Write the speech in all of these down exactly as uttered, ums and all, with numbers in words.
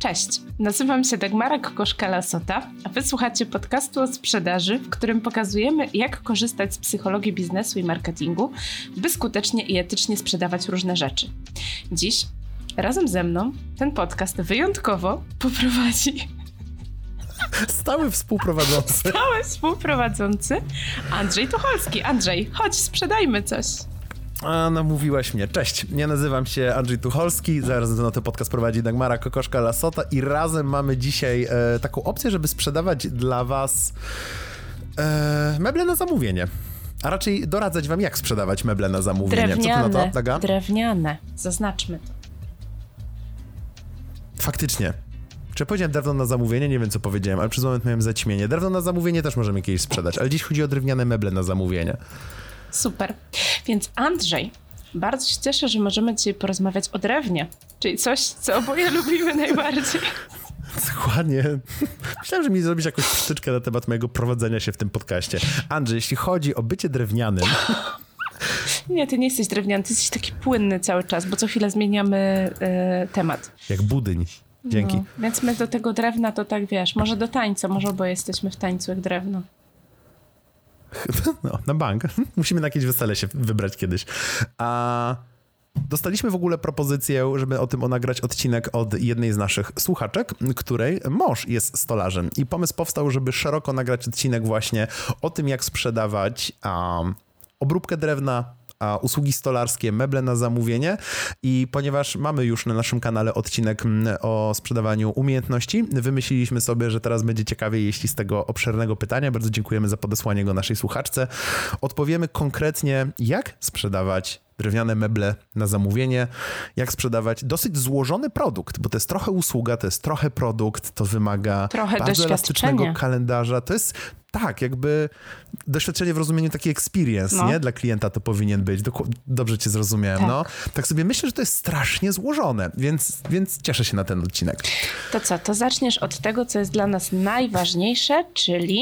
Cześć, nazywam się Dagmara Kokoszka-Lasota, a wy słuchacie podcastu o sprzedaży, w którym pokazujemy, jak korzystać z psychologii biznesu i marketingu, by skutecznie i etycznie sprzedawać różne rzeczy. Dziś razem ze mną ten podcast wyjątkowo poprowadzi Stały współprowadzący. Stały współprowadzący Andrzej Tucholski. Andrzej, chodź, sprzedajmy coś. A, namówiłaś mnie. Cześć, ja nazywam się Andrzej Tucholski, zaraz na ten podcast prowadzi Dagmara Kokoszka-Lasota i razem mamy dzisiaj e, taką opcję, żeby sprzedawać dla was e, meble na zamówienie. A raczej doradzać wam, jak sprzedawać meble na zamówienie. Drewniane, Co ty na to, Daga? Drewniane, zaznaczmy to. Faktycznie. Czy ja powiedziałem drewno na zamówienie? Nie wiem, co powiedziałem, ale przez moment miałem zaćmienie. Drewno na zamówienie też możemy kiedyś sprzedać, ale dziś chodzi o drewniane meble na zamówienie. Super. Więc Andrzej, bardzo się cieszę, że możemy dzisiaj porozmawiać o drewnie, czyli coś, co oboje lubimy najbardziej. Dokładnie. Myślałem, że mi zrobisz jakąś sztyczkę na temat mojego prowadzenia się w tym podcaście. Andrzej, jeśli chodzi o bycie drewnianym... Nie, ty nie jesteś drewniany, ty jesteś taki płynny cały czas, bo co chwilę zmieniamy y, temat. Jak budyń. Dzięki. No, więc my do tego drewna to tak, wiesz, może do tańca, może oboje jesteśmy w tańcu jak drewno. No, na bank. Musimy na jakieś wesele się wybrać kiedyś. A dostaliśmy w ogóle propozycję, żeby o tym nagrać odcinek od jednej z naszych słuchaczek, której mąż jest stolarzem. I pomysł powstał, żeby szeroko nagrać odcinek właśnie o tym, jak sprzedawać um, obróbkę drewna, a usługi stolarskie, meble na zamówienie i ponieważ mamy już na naszym kanale odcinek o sprzedawaniu umiejętności, wymyśliliśmy sobie, że teraz będzie ciekawiej, jeśli z tego obszernego pytania, bardzo dziękujemy za podesłanie go naszej słuchaczce, odpowiemy konkretnie, jak sprzedawać drewniane meble na zamówienie, jak sprzedawać dosyć złożony produkt, bo to jest trochę usługa, to jest trochę produkt, to wymaga trochę bardzo elastycznego kalendarza, to jest tak, jakby doświadczenie w rozumieniu taki experience, no. Nie? Dla klienta to powinien być. Dobrze cię zrozumiałem, tak. No. Tak sobie myślę, że to jest strasznie złożone, więc, więc cieszę się na ten odcinek. To co, to zaczniesz od tego, co jest dla nas najważniejsze, czyli...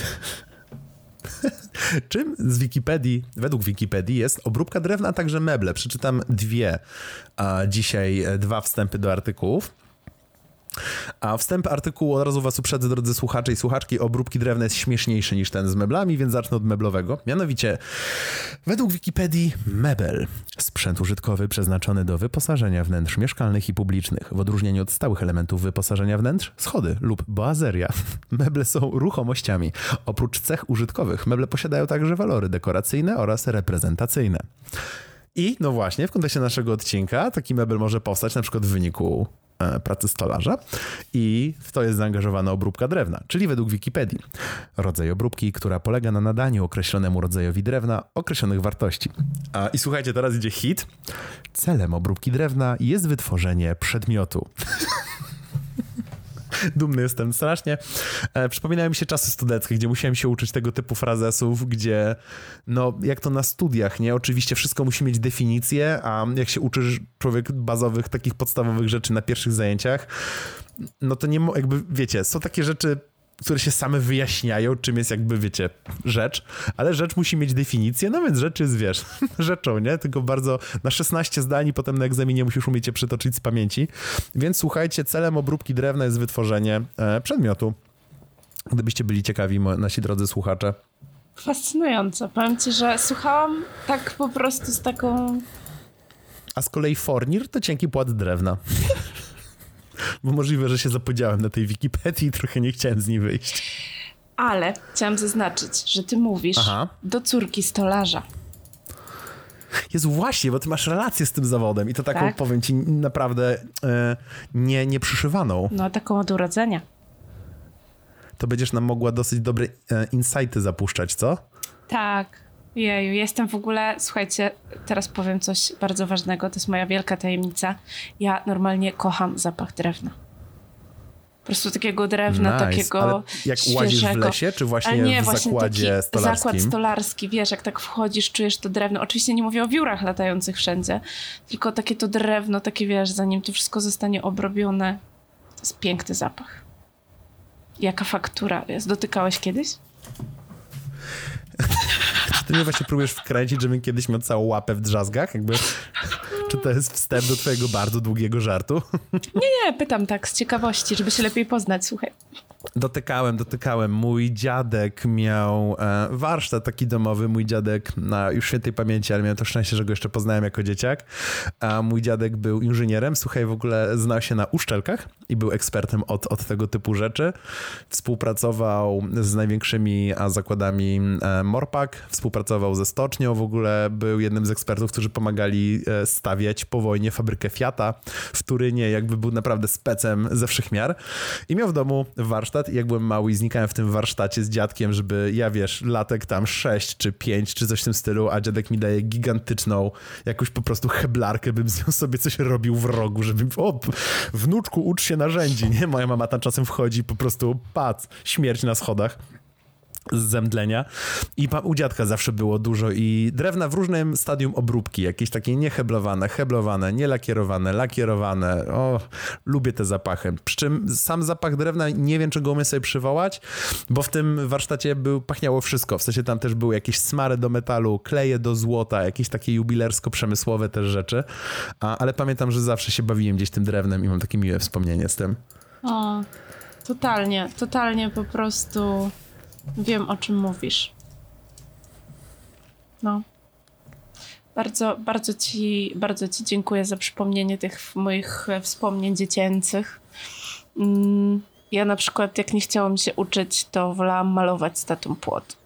Czym z Wikipedii, według Wikipedii jest obróbka drewna, a także meble. Przeczytam dwie, a dzisiaj dwa wstępy do artykułów. A wstęp artykułu od razu was uprzedzę, drodzy słuchacze i słuchaczki, obróbki drewna jest śmieszniejszy niż ten z meblami, więc zacznę od meblowego. Mianowicie, według Wikipedii mebel. Sprzęt użytkowy przeznaczony do wyposażenia wnętrz mieszkalnych i publicznych. W odróżnieniu od stałych elementów wyposażenia wnętrz, schody lub boazeria. Meble są ruchomościami. Oprócz cech użytkowych, meble posiadają także walory dekoracyjne oraz reprezentacyjne. I no właśnie, w kontekście naszego odcinka taki mebel może powstać na przykład w wyniku pracy stolarza i w to jest zaangażowana obróbka drewna, czyli według Wikipedii rodzaj obróbki, która polega na nadaniu określonemu rodzajowi drewna określonych wartości. A, I słuchajcie, teraz idzie hit. Celem obróbki drewna jest wytworzenie przedmiotu. Dumny jestem strasznie. E, przypominają mi się czasy studenckie, gdzie musiałem się uczyć tego typu frazesów, gdzie no jak to na studiach, nie? Oczywiście wszystko musi mieć definicję, a jak się uczysz człowiek bazowych, takich podstawowych rzeczy na pierwszych zajęciach, no to nie mo- jakby, wiecie, są takie rzeczy, które się same wyjaśniają, czym jest jakby, wiecie, rzecz, ale rzecz musi mieć definicję, no więc rzecz jest, wiesz, rzeczą, nie? Tylko bardzo na szesnaście zdań i potem na egzaminie musisz umieć je przytoczyć z pamięci. Więc słuchajcie, celem obróbki drewna jest wytworzenie e, przedmiotu. Gdybyście byli ciekawi, moi, nasi drodzy słuchacze. Fascynujące. Powiem ci, że słuchałam tak po prostu z taką... A z kolei fornir to cienki płat drewna. Bo możliwe, że się zapodziałem na tej Wikipedii i trochę nie chciałem z niej wyjść. Ale chciałam zaznaczyć, że ty mówisz Aha. do córki stolarza. Jezu, właśnie, bo ty masz relację z tym zawodem i to taką, tak? Powiem ci, naprawdę e, nie, nie przyszywaną. No, taką od urodzenia. To będziesz nam mogła dosyć dobre e, insighty zapuszczać, co? Tak. Jeju, jestem w ogóle, słuchajcie, teraz powiem coś bardzo ważnego, to jest moja wielka tajemnica. Ja normalnie kocham zapach drewna. Po prostu takiego drewna, nice. takiego Ale jak świeżego. Łazisz w lesie, czy właśnie nie, w właśnie zakładzie taki stolarskim? Zakład stolarski, wiesz, jak tak wchodzisz, czujesz to drewno. Oczywiście nie mówię o wiórach latających wszędzie, tylko takie to drewno, takie wiesz, zanim to wszystko zostanie obrobione. To jest piękny zapach. Jaka faktura jest? Dotykałeś kiedyś? Czy ty mnie właśnie próbujesz wkręcić, żebym kiedyś miał całą łapę w drzazgach? Jakby... Czy to jest wstęp do twojego bardzo długiego żartu? Nie, nie, pytam tak z ciekawości, żeby się lepiej poznać, słuchaj. Dotykałem, dotykałem. Mój dziadek miał e, warsztat taki domowy. Mój dziadek, na już świętej pamięci, ale miałem to szczęście, że go jeszcze poznałem jako dzieciak. A mój dziadek był inżynierem. Słuchaj, w ogóle znał się na uszczelkach i był ekspertem od, od tego typu rzeczy. Współpracował z największymi zakładami e, Morpak, współpracował ze stocznią. W ogóle był jednym z ekspertów, którzy pomagali e, stawiać po wojnie fabrykę Fiata w Turynie. Jakby był naprawdę specem ze wszechmiar. I miał w domu warsztat. I jak byłem mały i znikałem w tym warsztacie z dziadkiem, żeby ja, wiesz, latek tam sześć czy pięć czy coś w tym stylu, a dziadek mi daje gigantyczną jakąś po prostu heblarkę, bym z nią sobie coś robił w rogu, żeby o, wnuczku, ucz się narzędzi, nie? Moja mama tam czasem wchodzi, po prostu pac, śmierć na schodach z zemdlenia. I u dziadka zawsze było dużo i drewna w różnym stadium obróbki, jakieś takie nieheblowane, heblowane, nielakierowane, lakierowane. O, lubię te zapachy. Przy czym sam zapach drewna nie wiem, czego umiem sobie przywołać, bo w tym warsztacie był, pachniało wszystko. W sensie tam też były jakieś smary do metalu, kleje do złota, jakieś takie jubilersko-przemysłowe też rzeczy. A, ale pamiętam, że zawsze się bawiłem gdzieś tym drewnem i mam takie miłe wspomnienie z tym. O, totalnie, totalnie po prostu... Wiem, o czym mówisz. No. Bardzo, bardzo ci, bardzo ci dziękuję za przypomnienie tych moich wspomnień dziecięcych. Ja na przykład, jak nie chciałam się uczyć, to wolałam malować z tatą płot.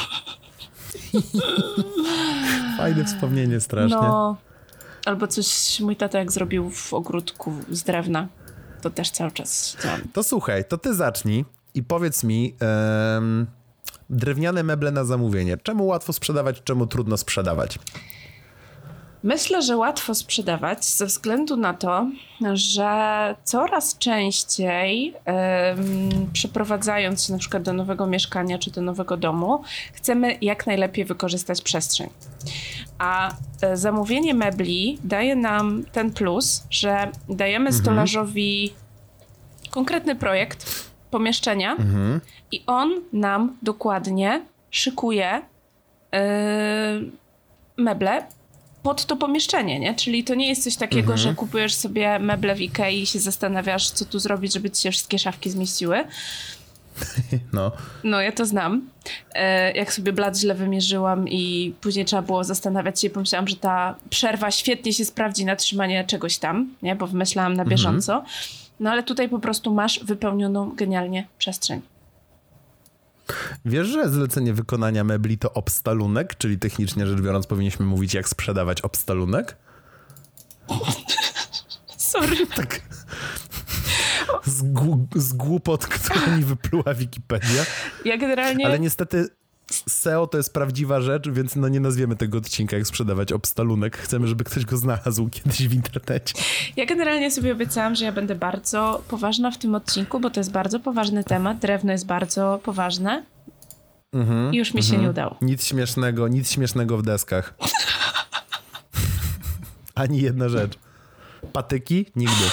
Fajne wspomnienie strasznie. No, albo coś mój tata jak zrobił w ogródku z drewna. To też cały czas siedziałam. To słuchaj, to ty zacznij. I powiedz mi, um, drewniane meble na zamówienie. Czemu łatwo sprzedawać, czemu trudno sprzedawać? Myślę, że łatwo sprzedawać ze względu na to, że coraz częściej um, przeprowadzając się na przykład do nowego mieszkania czy do nowego domu, chcemy jak najlepiej wykorzystać przestrzeń. A e, zamówienie mebli daje nam ten plus, że dajemy mhm. stolarzowi konkretny projekt pomieszczenia mhm. i on nam dokładnie szykuje yy, meble pod to pomieszczenie, nie? Czyli to nie jest coś takiego, mhm. że kupujesz sobie meble w Ikei i się zastanawiasz, co tu zrobić, żeby ci się wszystkie szafki zmieściły. No. No, ja to znam. Yy, jak sobie blat źle wymierzyłam i później trzeba było zastanawiać się i pomyślałam, że ta przerwa świetnie się sprawdzi na trzymanie czegoś tam, nie? Bo wymyślałam na bieżąco. Mhm. No ale tutaj po prostu masz wypełnioną genialnie przestrzeń. Wiesz, że zlecenie wykonania mebli to obstalunek, czyli technicznie rzecz biorąc powinniśmy mówić, jak sprzedawać obstalunek? Sorry. Tak. Z, gu- z głupot, które mi wypluła Wikipedia. Ja generalnie... Ale niestety S E O to jest prawdziwa rzecz, więc no nie nazwiemy tego odcinka jak sprzedawać obstalunek. Chcemy, żeby ktoś go znalazł kiedyś w internecie. Ja generalnie sobie obiecałam, że ja będę bardzo poważna w tym odcinku, bo to jest bardzo poważny temat. Drewno jest bardzo poważne. Mm-hmm, I już mi mm-hmm. się nie udało. Nic śmiesznego, nic śmiesznego w deskach. Ani jedna rzecz. Patyki? Nigdy.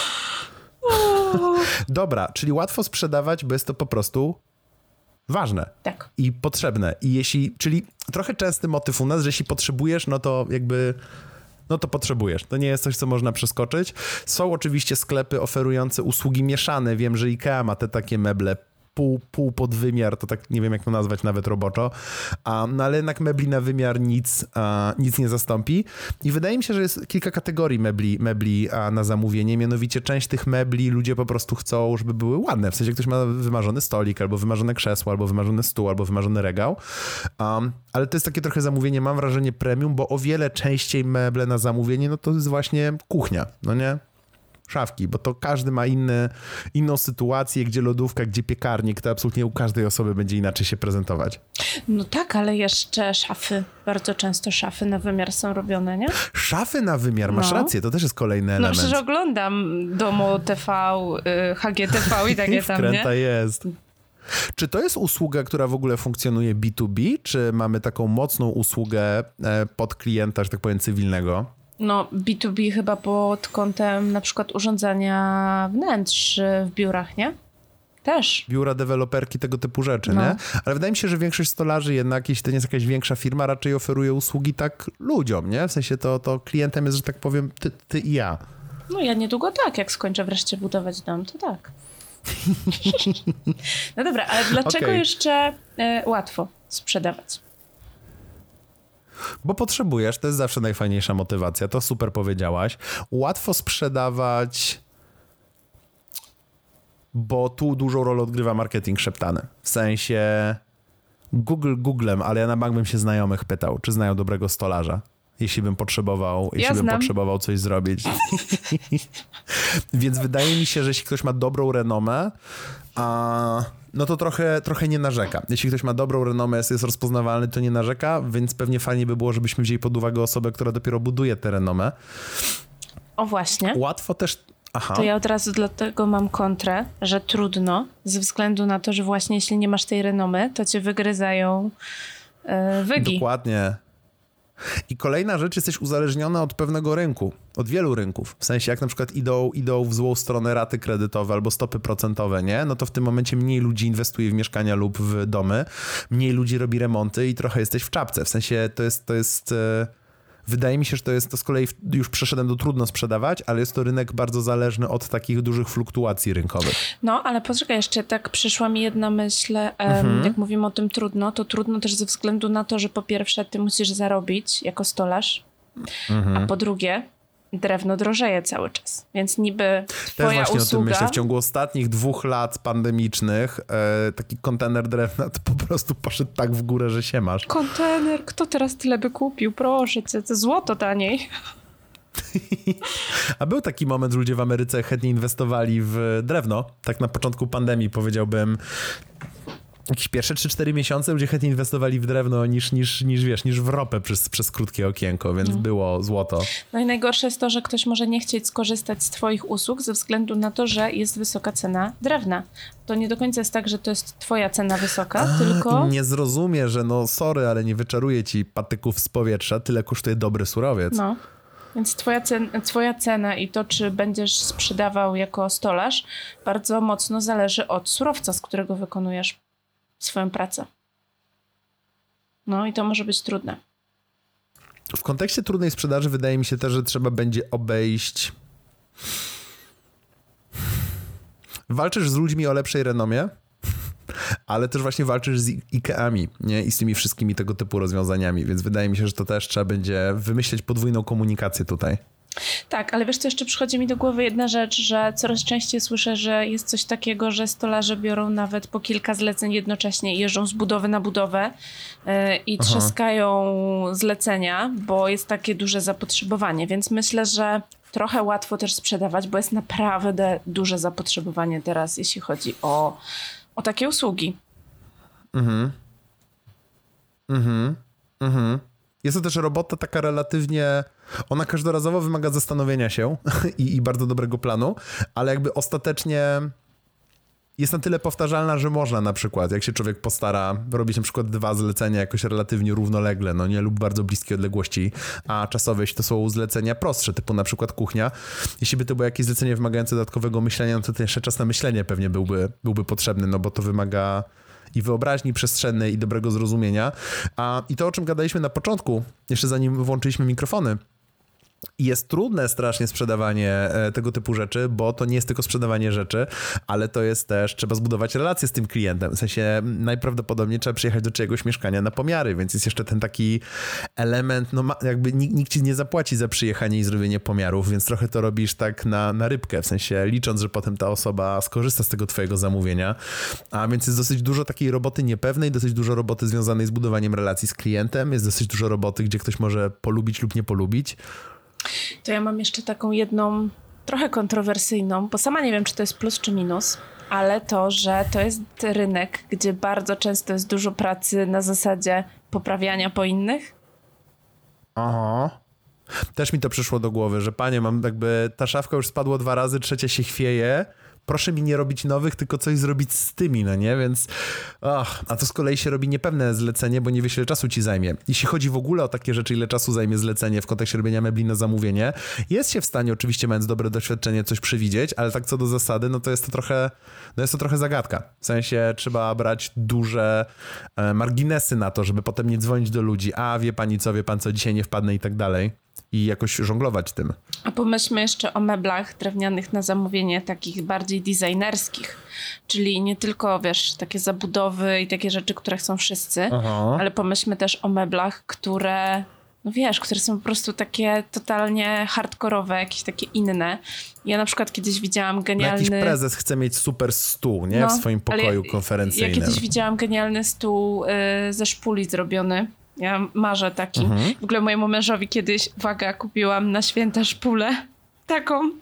Dobra, czyli łatwo sprzedawać, bo jest to po prostu ważne. Tak. I potrzebne. I jeśli, czyli trochę częsty motyw u nas, że jeśli potrzebujesz, no to jakby, no to potrzebujesz. To nie jest coś, co można przeskoczyć. Są oczywiście sklepy oferujące usługi mieszane. Wiem, że IKEA ma te takie meble pół, pół pod wymiar, to tak nie wiem, jak to nazwać nawet roboczo, a, no ale jednak mebli na wymiar nic, a, nic nie zastąpi. I wydaje mi się, że jest kilka kategorii mebli, mebli a, na zamówienie, mianowicie część tych mebli ludzie po prostu chcą, żeby były ładne, w sensie ktoś ma wymarzony stolik, albo wymarzone krzesło, albo wymarzony stół, albo wymarzony regał, um, ale to jest takie trochę zamówienie, mam wrażenie premium, bo o wiele częściej meble na zamówienie, no to jest właśnie kuchnia, no nie? Szafki, bo to każdy ma inny, inną sytuację, gdzie lodówka, gdzie piekarnik, to absolutnie u każdej osoby będzie inaczej się prezentować. No tak, ale jeszcze szafy, bardzo często szafy na wymiar są robione, nie? Szafy na wymiar, masz no. rację, to też jest kolejny element. No przecież oglądam Domo T V, H G T V i takie tam, nie? Wkręta jest. Czy to jest usługa, która w ogóle funkcjonuje B dwa B, czy mamy taką mocną usługę pod klienta, że tak powiem, cywilnego? No B dwa B chyba pod kątem na przykład urządzania wnętrz w biurach, nie? Też. Biura deweloperki, tego typu rzeczy, no. nie? Ale wydaje mi się, że większość stolarzy jednak, jeśli to nie jest jakaś większa firma, raczej oferuje usługi tak ludziom, nie? W sensie to, to klientem jest, że tak powiem, ty, ty i ja. No ja niedługo tak, jak skończę wreszcie budować dom, to tak. No dobra, ale dlaczego okay. jeszcze y, łatwo sprzedawać? Bo potrzebujesz, to jest zawsze najfajniejsza motywacja, to super powiedziałaś. Łatwo sprzedawać, bo tu dużą rolę odgrywa marketing szeptany. W sensie Google Googlem, ale ja na bank bym się znajomych pytał, czy znają dobrego stolarza, jeśli bym potrzebował, ja jeśli znam. bym potrzebował coś zrobić. Więc wydaje mi się, że jeśli ktoś ma dobrą renomę, a, no to trochę, trochę nie narzeka. Jeśli ktoś ma dobrą renomę, jest, jest rozpoznawalny, to nie narzeka, więc pewnie fajnie by było, żebyśmy wzięli pod uwagę osobę, która dopiero buduje tę renomę. O właśnie. Łatwo też... Aha. To ja od razu dlatego mam kontrę, że trudno, ze względu na to, że właśnie jeśli nie masz tej renomy, to cię wygryzają yy, wygi. Dokładnie. I kolejna rzecz, jesteś uzależniona od pewnego rynku, od wielu rynków. W sensie jak na przykład idą, idą w złą stronę raty kredytowe albo stopy procentowe, nie? No to w tym momencie mniej ludzi inwestuje w mieszkania lub w domy, mniej ludzi robi remonty i trochę jesteś w czapce. W sensie to jest... To jest e... Wydaje mi się, że to jest, to z kolei już przeszedłem do trudno sprzedawać, ale jest to rynek bardzo zależny od takich dużych fluktuacji rynkowych. No, ale poczekaj, jeszcze tak przyszła mi jedna myśl, mhm. jak mówimy o tym trudno, to trudno też ze względu na to, że po pierwsze ty musisz zarobić jako stolarz, mhm. a po drugie drewno drożeje cały czas, więc niby twoja Też właśnie usługa... o tym myślę. W ciągu ostatnich dwóch lat pandemicznych e, taki kontener drewna to po prostu poszedł tak w górę, że się masz. Kontener? Kto teraz tyle by kupił? Proszę cię, to złoto taniej. A był taki moment, że ludzie w Ameryce chętnie inwestowali w drewno. Tak na początku pandemii powiedziałbym, jakieś pierwsze trzy cztery miesiące ludzie chętnie inwestowali w drewno niż, niż, niż wiesz, niż w ropę przez, przez krótkie okienko, więc mm. było złoto. No i najgorsze jest to, że ktoś może nie chcieć skorzystać z twoich usług ze względu na to, że jest wysoka cena drewna. To nie do końca jest tak, że to jest twoja cena wysoka, A, tylko... Nie zrozumie, że no sorry, ale nie wyczaruję ci patyków z powietrza, tyle kosztuje dobry surowiec. No. Więc twoja, cen, twoja cena i to, czy będziesz sprzedawał jako stolarz, bardzo mocno zależy od surowca, z którego wykonujesz swoją pracę. No i to może być trudne. W kontekście trudnej sprzedaży wydaje mi się też, że trzeba będzie obejść... Walczysz z ludźmi o lepszej renomie, ale też właśnie walczysz z Ikeami, nie? I z tymi wszystkimi tego typu rozwiązaniami, więc wydaje mi się, że to też trzeba będzie wymyśleć podwójną komunikację tutaj. Tak, ale wiesz co, jeszcze przychodzi mi do głowy jedna rzecz, że coraz częściej słyszę, że jest coś takiego, że stolarze biorą nawet po kilka zleceń jednocześnie i jeżdżą z budowy na budowę yy, i Aha. trzaskają zlecenia, bo jest takie duże zapotrzebowanie, więc myślę, że trochę łatwo też sprzedawać, bo jest naprawdę duże zapotrzebowanie teraz, jeśli chodzi o, o takie usługi. Mhm. Mhm. Mhm. Jest to też robota taka relatywnie, ona każdorazowo wymaga zastanowienia się i, i bardzo dobrego planu, ale jakby ostatecznie jest na tyle powtarzalna, że można na przykład, jak się człowiek postara, robić na przykład dwa zlecenia jakoś relatywnie równolegle, no nie, lub bardzo bliskie odległości, a czasowe, jeśli to są zlecenia prostsze, typu na przykład kuchnia. Jeśli by to było jakieś zlecenie wymagające dodatkowego myślenia, no to ten jeszcze czas na myślenie pewnie byłby, byłby potrzebny, no bo to wymaga i wyobraźni przestrzennej, i dobrego zrozumienia. A, I to, o czym gadaliśmy na początku, jeszcze zanim włączyliśmy mikrofony, jest trudne strasznie sprzedawanie tego typu rzeczy, bo to nie jest tylko sprzedawanie rzeczy, ale to jest też, trzeba zbudować relacje z tym klientem. W sensie najprawdopodobniej trzeba przyjechać do czyjegoś mieszkania na pomiary, więc jest jeszcze ten taki element, no jakby nikt, nikt ci nie zapłaci za przyjechanie i zrobienie pomiarów, więc trochę to robisz tak na, na rybkę, w sensie licząc, że potem ta osoba skorzysta z tego twojego zamówienia. A więc jest dosyć dużo takiej roboty niepewnej, dosyć dużo roboty związanej z budowaniem relacji z klientem, jest dosyć dużo roboty, gdzie ktoś może polubić lub nie polubić. To ja mam jeszcze taką jedną, trochę kontrowersyjną, bo sama nie wiem, czy to jest plus czy minus, ale to, że to jest rynek, gdzie bardzo często jest dużo pracy na zasadzie poprawiania po innych. Aha. Też mi to przyszło do głowy, że panie, mam jakby, ta szafka już spadła dwa razy, trzecia się chwieje, proszę mi nie robić nowych, tylko coś zrobić z tymi, no nie? Więc oh, a to z kolei się robi niepewne zlecenie, bo nie wiesz, ile czasu ci zajmie. Jeśli chodzi w ogóle o takie rzeczy, ile czasu zajmie zlecenie w kontekście robienia mebli na zamówienie, jest się w stanie oczywiście, mając dobre doświadczenie, coś przewidzieć, ale tak co do zasady, no to jest to trochę, no jest to trochę zagadka. W sensie trzeba brać duże e, marginesy na to, żeby potem nie dzwonić do ludzi, a wie pani co, wie pan co, dzisiaj nie wpadnę i tak dalej. I jakoś żonglować tym. A pomyślmy jeszcze o meblach drewnianych na zamówienie, takich bardziej designerskich. Czyli nie tylko, wiesz, takie zabudowy i takie rzeczy, które chcą wszyscy, Aha. ale pomyślmy też o meblach, które, no wiesz, które są po prostu takie totalnie hardkorowe, jakieś takie inne. Ja na przykład kiedyś widziałam genialny... No jakiś prezes chce mieć super stół, nie? No, w swoim pokoju ja, konferencyjnym. Ja kiedyś widziałam genialny stół y, ze szpuli zrobiony. Ja marzę taki. Mhm. W ogóle mojemu mężowi kiedyś, uwaga, kupiłam na święta szpulę. Taką.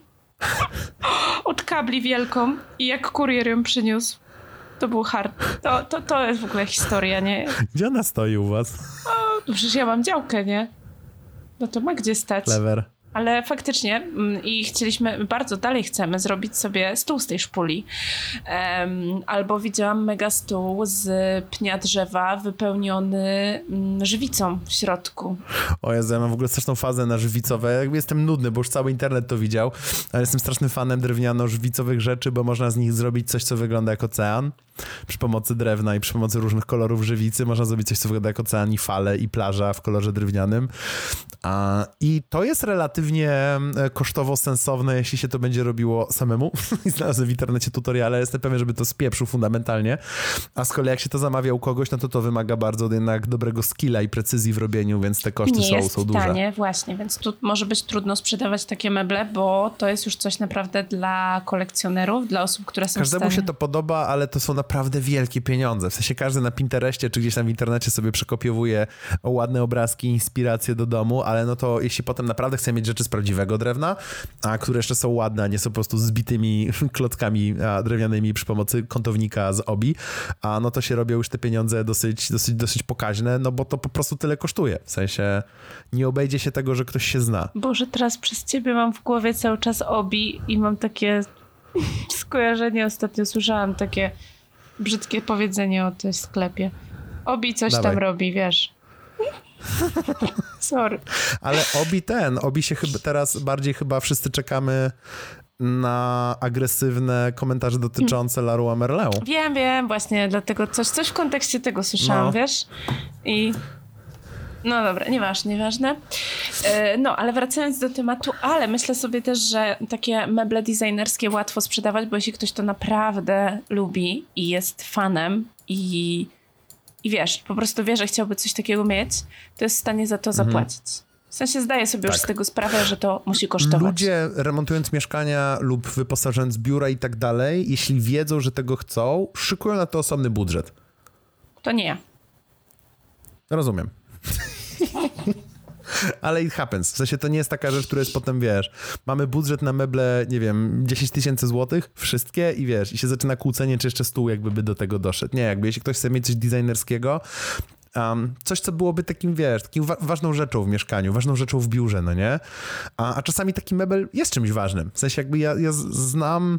Od kabli wielką. I jak kurier ją przyniósł, to był hard. To, to, to jest w ogóle historia, nie? Gdzie ona stoi u was? O, przecież ja mam działkę, nie? No to ma gdzie stać. Clever. Ale faktycznie i chcieliśmy, bardzo dalej chcemy zrobić sobie stół z tej szpuli. Um, albo widziałam mega stół z pnia drzewa wypełniony um, żywicą w środku. O Jezu, ja mam w ogóle straszną fazę na żywicowe. Jakby jestem nudny, bo już cały internet to widział, ale jestem strasznym fanem drewniano-żywicowych rzeczy, bo można z nich zrobić coś, co wygląda jak ocean. Przy pomocy drewna i przy pomocy różnych kolorów żywicy można zrobić coś, co wygląda jak ocean i fale i plaża w kolorze drewnianym. A, I to jest relatywnie kosztowo sensowne, jeśli się to będzie robiło samemu. I znalazłem w internecie tutoriale, jestem pewien, żeby to spieprzył fundamentalnie. A z kolei jak się to zamawia u kogoś, no to to wymaga bardzo jednak dobrego skilla i precyzji w robieniu, więc te koszty nie są, jest są duże. Tanie, właśnie, więc tu może być trudno sprzedawać takie meble, bo to jest już coś naprawdę dla kolekcjonerów, dla osób, które są Każdemu w stanie... się to podoba, ale to są naprawdę wielkie pieniądze. W sensie każdy na Pinterestie czy gdzieś tam w internecie sobie przekopiowuje ładne obrazki, inspiracje do domu, ale no to jeśli potem naprawdę chce mieć rzeczy z prawdziwego drewna, a które jeszcze są ładne, a nie są po prostu zbitymi klockami a, drewnianymi przy pomocy kątownika z obi, a no to się robią już te pieniądze dosyć, dosyć, dosyć pokaźne, no bo to po prostu tyle kosztuje. W sensie nie obejdzie się tego, że ktoś się zna. Boże, teraz przez ciebie mam w głowie cały czas obi i mam takie skojarzenie. Ostatnio słyszałam takie brzydkie powiedzenie o tej sklepie. Obi coś Dawaj. tam robi, wiesz. Sorry. Ale obi ten, obi się chyba teraz bardziej chyba wszyscy czekamy na agresywne komentarze dotyczące Leroy Merlin. Wiem, wiem, właśnie dlatego coś, coś w kontekście tego słyszałam, no. wiesz? I no dobra, nieważne, nieważne. No, ale wracając do tematu, ale myślę sobie też, że takie meble designerskie łatwo sprzedawać, bo jeśli ktoś to naprawdę lubi i jest fanem i, i wiesz, po prostu wie, że chciałby coś takiego mieć, to jest w stanie za to zapłacić. Mhm. W sensie zdaję sobie tak. już z tego sprawę, że to musi kosztować. Ludzie remontując mieszkania lub wyposażając biura i tak dalej, jeśli wiedzą, że tego chcą, szykują na to osobny budżet. To nie ja. Rozumiem. Ale it happens. W sensie to nie jest taka rzecz, która jest potem, wiesz, mamy budżet na meble, nie wiem, dziesięć tysięcy złotych, wszystkie i wiesz, i się zaczyna kłócenie, czy jeszcze stół jakby by do tego doszedł. Nie, jakby jeśli ktoś chce mieć coś designerskiego, um, coś, co byłoby takim, wiesz, takim wa- ważną rzeczą w mieszkaniu, ważną rzeczą w biurze, no nie? A, a czasami taki mebel jest czymś ważnym. W sensie jakby ja, ja znam...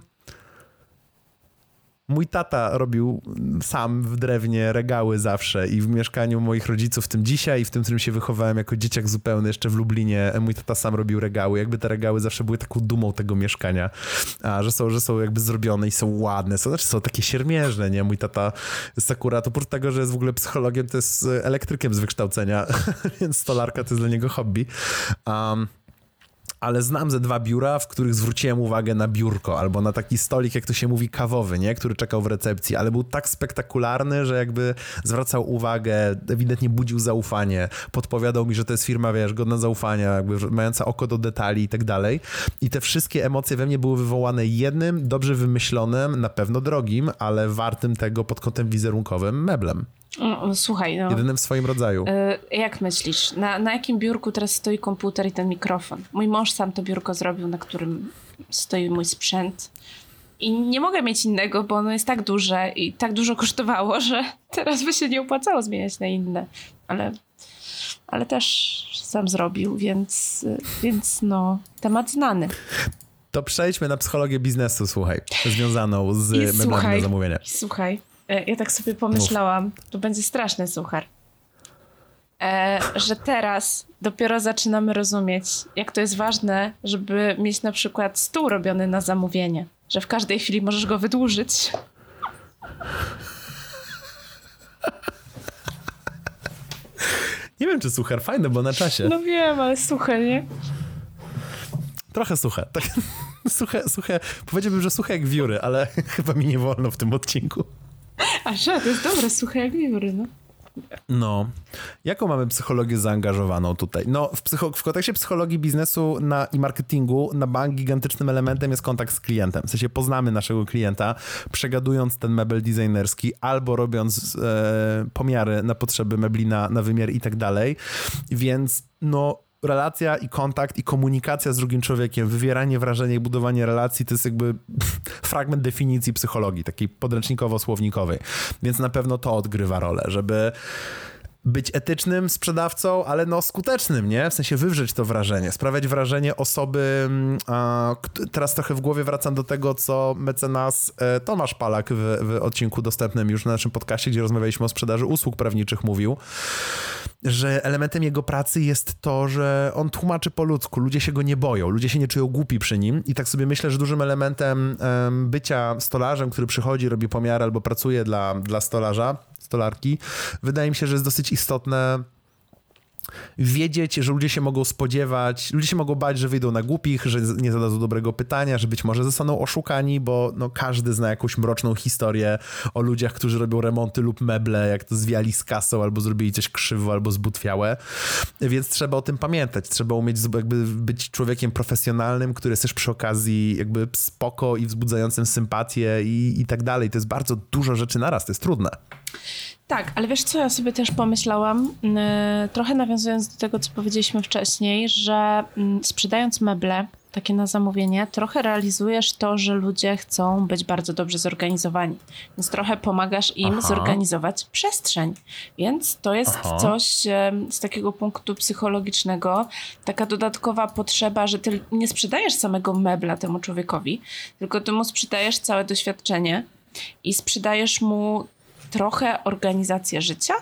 Mój tata robił sam w drewnie regały zawsze i w mieszkaniu moich rodziców, w tym dzisiaj i w tym, w którym się wychowałem jako dzieciak zupełny jeszcze w Lublinie, mój tata sam robił regały. Jakby te regały zawsze były taką dumą tego mieszkania, a, że, są, że są jakby zrobione i są ładne, są, znaczy są takie siermiężne, nie? Mój tata jest akurat, oprócz tego, że jest w ogóle psychologiem, to jest elektrykiem z wykształcenia, więc stolarka to jest dla niego hobby. Um, ale znam ze dwa biura, w których zwróciłem uwagę na biurko albo na taki stolik, jak to się mówi, kawowy, nie? Który czekał w recepcji, ale był tak spektakularny, że jakby zwracał uwagę, ewidentnie budził zaufanie, podpowiadał mi, że to jest firma, wiesz, godna zaufania, jakby mająca oko do detali i tak dalej. I te wszystkie emocje we mnie były wywołane jednym, dobrze wymyślonym, na pewno drogim, ale wartym tego pod kątem wizerunkowym meblem. Słuchaj, no. Jedynym w swoim rodzaju. Yy, jak myślisz, na, na jakim biurku teraz stoi komputer i ten mikrofon? Mój mąż sam to biurko zrobił, na którym stoi mój sprzęt. I nie mogę mieć innego, bo ono jest tak duże i tak dużo kosztowało, że teraz by się nie opłacało zmieniać na inne. Ale, ale też sam zrobił, więc, więc no, temat znany. To przejdźmy na psychologię biznesu, słuchaj, związaną z I meblami słuchaj, na zamówienie. Słuchaj, ja tak sobie pomyślałam, Mów. To będzie straszny suchar, e, że teraz dopiero zaczynamy rozumieć, jak to jest ważne, żeby mieć na przykład stół robiony na zamówienie, że w każdej chwili możesz go wydłużyć. Nie wiem, czy suchar, fajne, bo na czasie. No wiem, ale suche, nie? Trochę suche. Tak, suche, suche. Powiedziałbym, że suche jak wióry, ale chyba mi nie wolno w tym odcinku. A że, to jest dobre, suche jak wióry, no. No. Jaką mamy psychologię zaangażowaną tutaj? No, w, psycho- w kontekście psychologii biznesu na, i marketingu na bank gigantycznym elementem jest kontakt z klientem. W sensie poznamy naszego klienta, przegadując ten mebel designerski albo robiąc e, pomiary na potrzeby mebli na, na wymiar i tak dalej. Więc no... relacja i kontakt i komunikacja z drugim człowiekiem, wywieranie wrażenia i budowanie relacji to jest jakby fragment definicji psychologii, takiej podręcznikowo-słownikowej. Więc na pewno to odgrywa rolę, żeby być etycznym sprzedawcą, ale no skutecznym, nie? W sensie wywrzeć to wrażenie, sprawiać wrażenie osoby... A, teraz trochę w głowie wracam do tego, co mecenas e, Tomasz Palak w, w odcinku dostępnym już na naszym podcaście, gdzie rozmawialiśmy o sprzedaży usług prawniczych, mówił, że elementem jego pracy jest to, że on tłumaczy po ludzku, ludzie się go nie boją, ludzie się nie czują głupi przy nim i tak sobie myślę, że dużym elementem um, bycia stolarzem, który przychodzi, robi pomiary albo pracuje dla, dla stolarza, stolarki, wydaje mi się, że jest dosyć istotne wiedzieć, że ludzie się mogą spodziewać, ludzie się mogą bać, że wyjdą na głupich, że nie zadadzą dobrego pytania, że być może zostaną oszukani, bo no, każdy zna jakąś mroczną historię o ludziach, którzy robią remonty lub meble, jak to zwiali z kasą, albo zrobili coś krzywo, albo zbutwiałe, więc trzeba o tym pamiętać, trzeba umieć jakby być człowiekiem profesjonalnym, który jest też przy okazji jakby spoko i wzbudzającym sympatię i, i tak dalej. To jest bardzo dużo rzeczy naraz, to jest trudne. Tak, ale wiesz co, ja sobie też pomyślałam, yy, trochę nawiązując do tego, co powiedzieliśmy wcześniej, że yy, sprzedając meble, takie na zamówienie, trochę realizujesz to, że ludzie chcą być bardzo dobrze zorganizowani. Więc trochę pomagasz im Aha. zorganizować przestrzeń. Więc to jest Aha. coś yy, z takiego punktu psychologicznego, taka dodatkowa potrzeba, że ty nie sprzedajesz samego mebla temu człowiekowi, tylko ty mu sprzedajesz całe doświadczenie i sprzedajesz mu trochę organizację życia.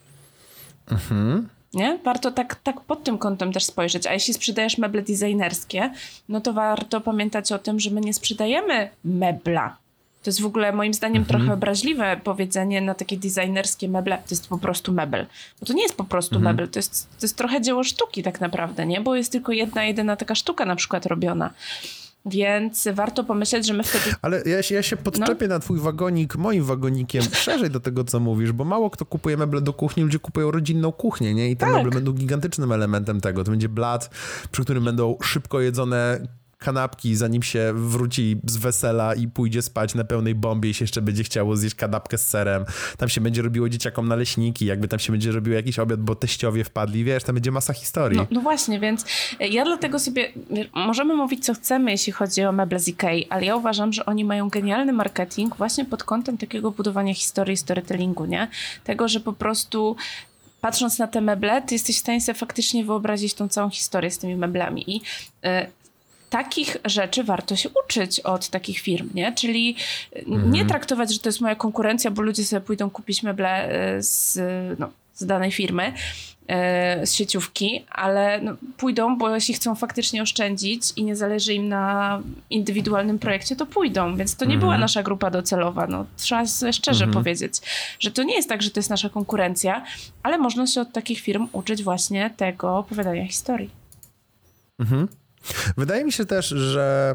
Mhm. Nie? Warto tak, tak pod tym kątem też spojrzeć. A jeśli sprzedajesz meble designerskie, no to warto pamiętać o tym, że my nie sprzedajemy mebla. To jest w ogóle moim zdaniem mhm. trochę obraźliwe powiedzenie na takie designerskie meble. To jest po prostu mebel. Bo to nie jest po prostu mhm. mebel. To jest, to jest trochę dzieło sztuki tak naprawdę, nie? Bo jest tylko jedna, jedyna taka sztuka na przykład robiona. Więc warto pomyśleć, że my wtedy... Ale ja się, ja się podczepię no. na twój wagonik, moim wagonikiem, szerzej do tego, co mówisz, bo mało kto kupuje meble do kuchni, ludzie kupują rodzinną kuchnię, nie? I te tak. meble będą gigantycznym elementem tego. To będzie blat, przy którym będą szybko jedzone kanapki, zanim się wróci z wesela i pójdzie spać na pełnej bombie i się jeszcze będzie chciało zjeść kanapkę z serem. Tam się będzie robiło dzieciakom naleśniki, jakby tam się będzie robiło jakiś obiad, bo teściowie wpadli, wiesz, tam będzie masa historii. No, no właśnie, więc ja dlatego sobie, możemy mówić co chcemy, jeśli chodzi o meble z Ikei, ale ja uważam, że oni mają genialny marketing właśnie pod kątem takiego budowania historii, storytellingu, nie? Tego, że po prostu patrząc na te meble, ty jesteś w stanie sobie faktycznie wyobrazić tą całą historię z tymi meblami i yy, takich rzeczy warto się uczyć od takich firm, nie? Czyli mhm. nie traktować, że to jest moja konkurencja, bo ludzie sobie pójdą kupić meble z, no, z danej firmy, z sieciówki, ale no, pójdą, bo jeśli chcą faktycznie oszczędzić i nie zależy im na indywidualnym projekcie, to pójdą, więc to nie mhm. była nasza grupa docelowa. No, trzeba szczerze mhm. powiedzieć, że to nie jest tak, że to jest nasza konkurencja, ale można się od takich firm uczyć właśnie tego opowiadania historii. Mhm. Wydaje mi się też, że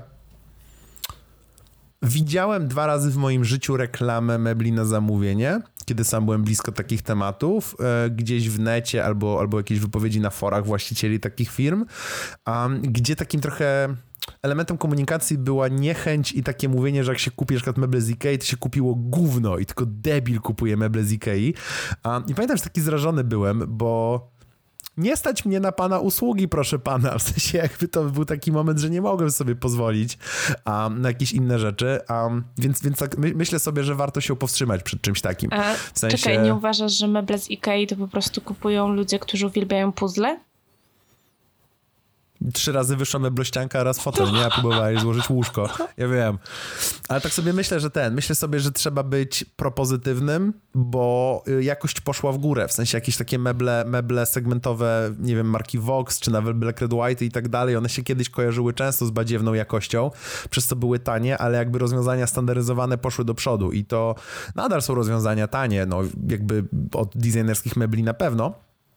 widziałem dwa razy w moim życiu reklamę mebli na zamówienie, kiedy sam byłem blisko takich tematów, gdzieś w necie albo, albo jakieś wypowiedzi na forach właścicieli takich firm, gdzie takim trochę elementem komunikacji była niechęć i takie mówienie, że jak się kupi na przykład meble z Ikei, to się kupiło gówno i tylko debil kupuje meble z Ikei. I pamiętam, że taki zrażony byłem, bo nie stać mnie na pana usługi, proszę pana. W sensie jakby to był taki moment, że nie mogłem sobie pozwolić um, na jakieś inne rzeczy. Um, więc więc tak my, myślę sobie, że warto się powstrzymać przed czymś takim. A, w sensie... Czekaj, nie uważasz, że meble z Ikei to po prostu kupują ludzie, którzy uwielbiają puzzle? Trzy razy wyższa meblościanka, raz fotel, nie? Ja próbowałem złożyć łóżko. Ja wiem. Ale tak sobie myślę, że ten, myślę sobie, że trzeba być propozytywnym, bo jakość poszła w górę. W sensie jakieś takie meble, meble segmentowe, nie wiem, marki Vox, czy nawet Black Red White i tak dalej, one się kiedyś kojarzyły często z badziewną jakością, przez co były tanie, ale jakby rozwiązania standaryzowane poszły do przodu i to nadal są rozwiązania tanie, no jakby od designerskich mebli na pewno,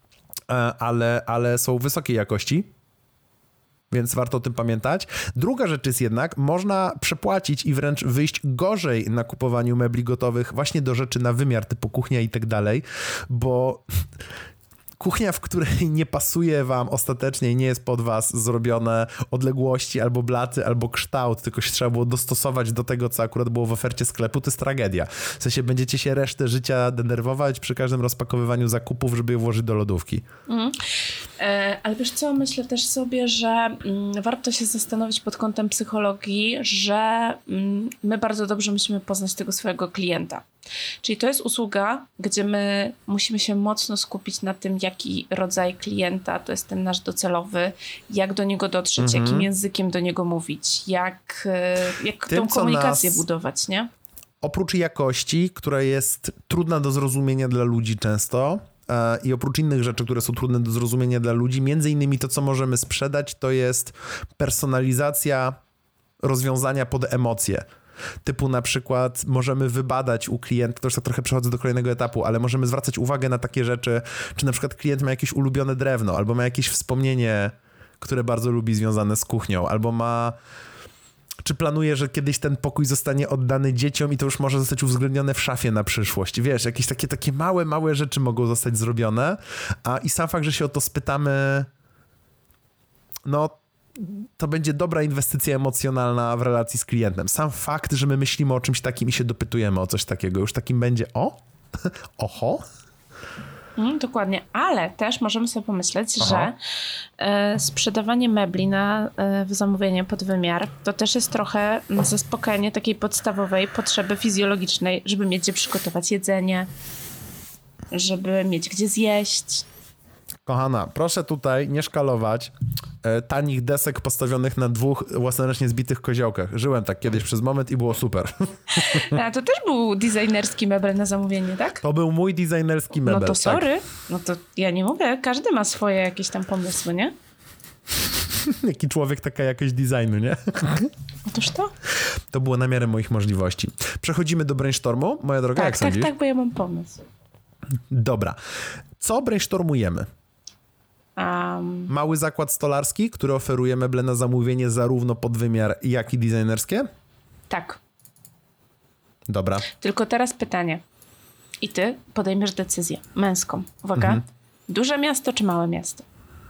ale, ale są wysokiej jakości. Więc warto o tym pamiętać. Druga rzecz jest jednak, można przepłacić i wręcz wyjść gorzej na kupowaniu mebli gotowych właśnie do rzeczy na wymiar typu kuchnia i tak dalej, bo kuchnia, w której nie pasuje wam ostatecznie i nie jest pod was zrobione odległości albo blaty, albo kształt, tylko się trzeba było dostosować do tego, co akurat było w ofercie sklepu, to jest tragedia. W sensie będziecie się resztę życia denerwować przy każdym rozpakowywaniu zakupów, żeby je włożyć do lodówki. Mm. E, ale wiesz co, myślę też sobie, że mm, warto się zastanowić pod kątem psychologii, że mm, my bardzo dobrze musimy poznać tego swojego klienta. Czyli to jest usługa, gdzie my musimy się mocno skupić na tym, jaki rodzaj klienta to jest ten nasz docelowy, jak do niego dotrzeć, mm-hmm. jakim językiem do niego mówić, jak, jak tym, tą komunikację nas... budować, nie? Oprócz jakości, która jest trudna do zrozumienia dla ludzi często, i oprócz innych rzeczy, które są trudne do zrozumienia dla ludzi, między innymi to, co możemy sprzedać, to jest personalizacja rozwiązania pod emocje. Typu na przykład możemy wybadać u klienta, to już tak trochę przechodzę do kolejnego etapu, ale możemy zwracać uwagę na takie rzeczy, czy na przykład klient ma jakieś ulubione drewno, albo ma jakieś wspomnienie, które bardzo lubi związane z kuchnią, albo ma... Czy planuje, że kiedyś ten pokój zostanie oddany dzieciom i to już może zostać uwzględnione w szafie na przyszłość. Wiesz, jakieś takie, takie małe, małe rzeczy mogą zostać zrobione, a i sam fakt, że się o to spytamy, no to będzie dobra inwestycja emocjonalna w relacji z klientem. Sam fakt, że my myślimy o czymś takim i się dopytujemy o coś takiego, już takim będzie o? Oho? Mm, dokładnie, ale też możemy sobie pomyśleć, Aha. że e, sprzedawanie mebli na e, zamówienie pod wymiar to też jest trochę zaspokajanie takiej podstawowej potrzeby fizjologicznej, żeby mieć gdzie przygotować jedzenie, żeby mieć gdzie zjeść. Kochana, proszę tutaj nie szkalować e, tanich desek postawionych na dwóch własnoręcznie zbitych koziołkach. Żyłem tak kiedyś przez moment i było super. A to też był designerski mebel na zamówienie, tak? To był mój designerski mebel. No to sorry. Tak. No to ja nie mówię, każdy ma swoje jakieś tam pomysły, nie? Jaki człowiek, taka jakość designu, nie? Otóż to. To było na miarę moich możliwości. Przechodzimy do brainstormu, moja droga, tak, jak tak, sądzisz? Tak, tak, bo ja mam pomysł. Dobra. Co brainstormujemy? Um. Mały zakład stolarski, który oferuje meble na zamówienie zarówno pod wymiar, jak i designerskie? Tak. Dobra. Tylko teraz pytanie. I ty podejmiesz decyzję męską. Uwaga. Mhm. Duże miasto czy małe miasto?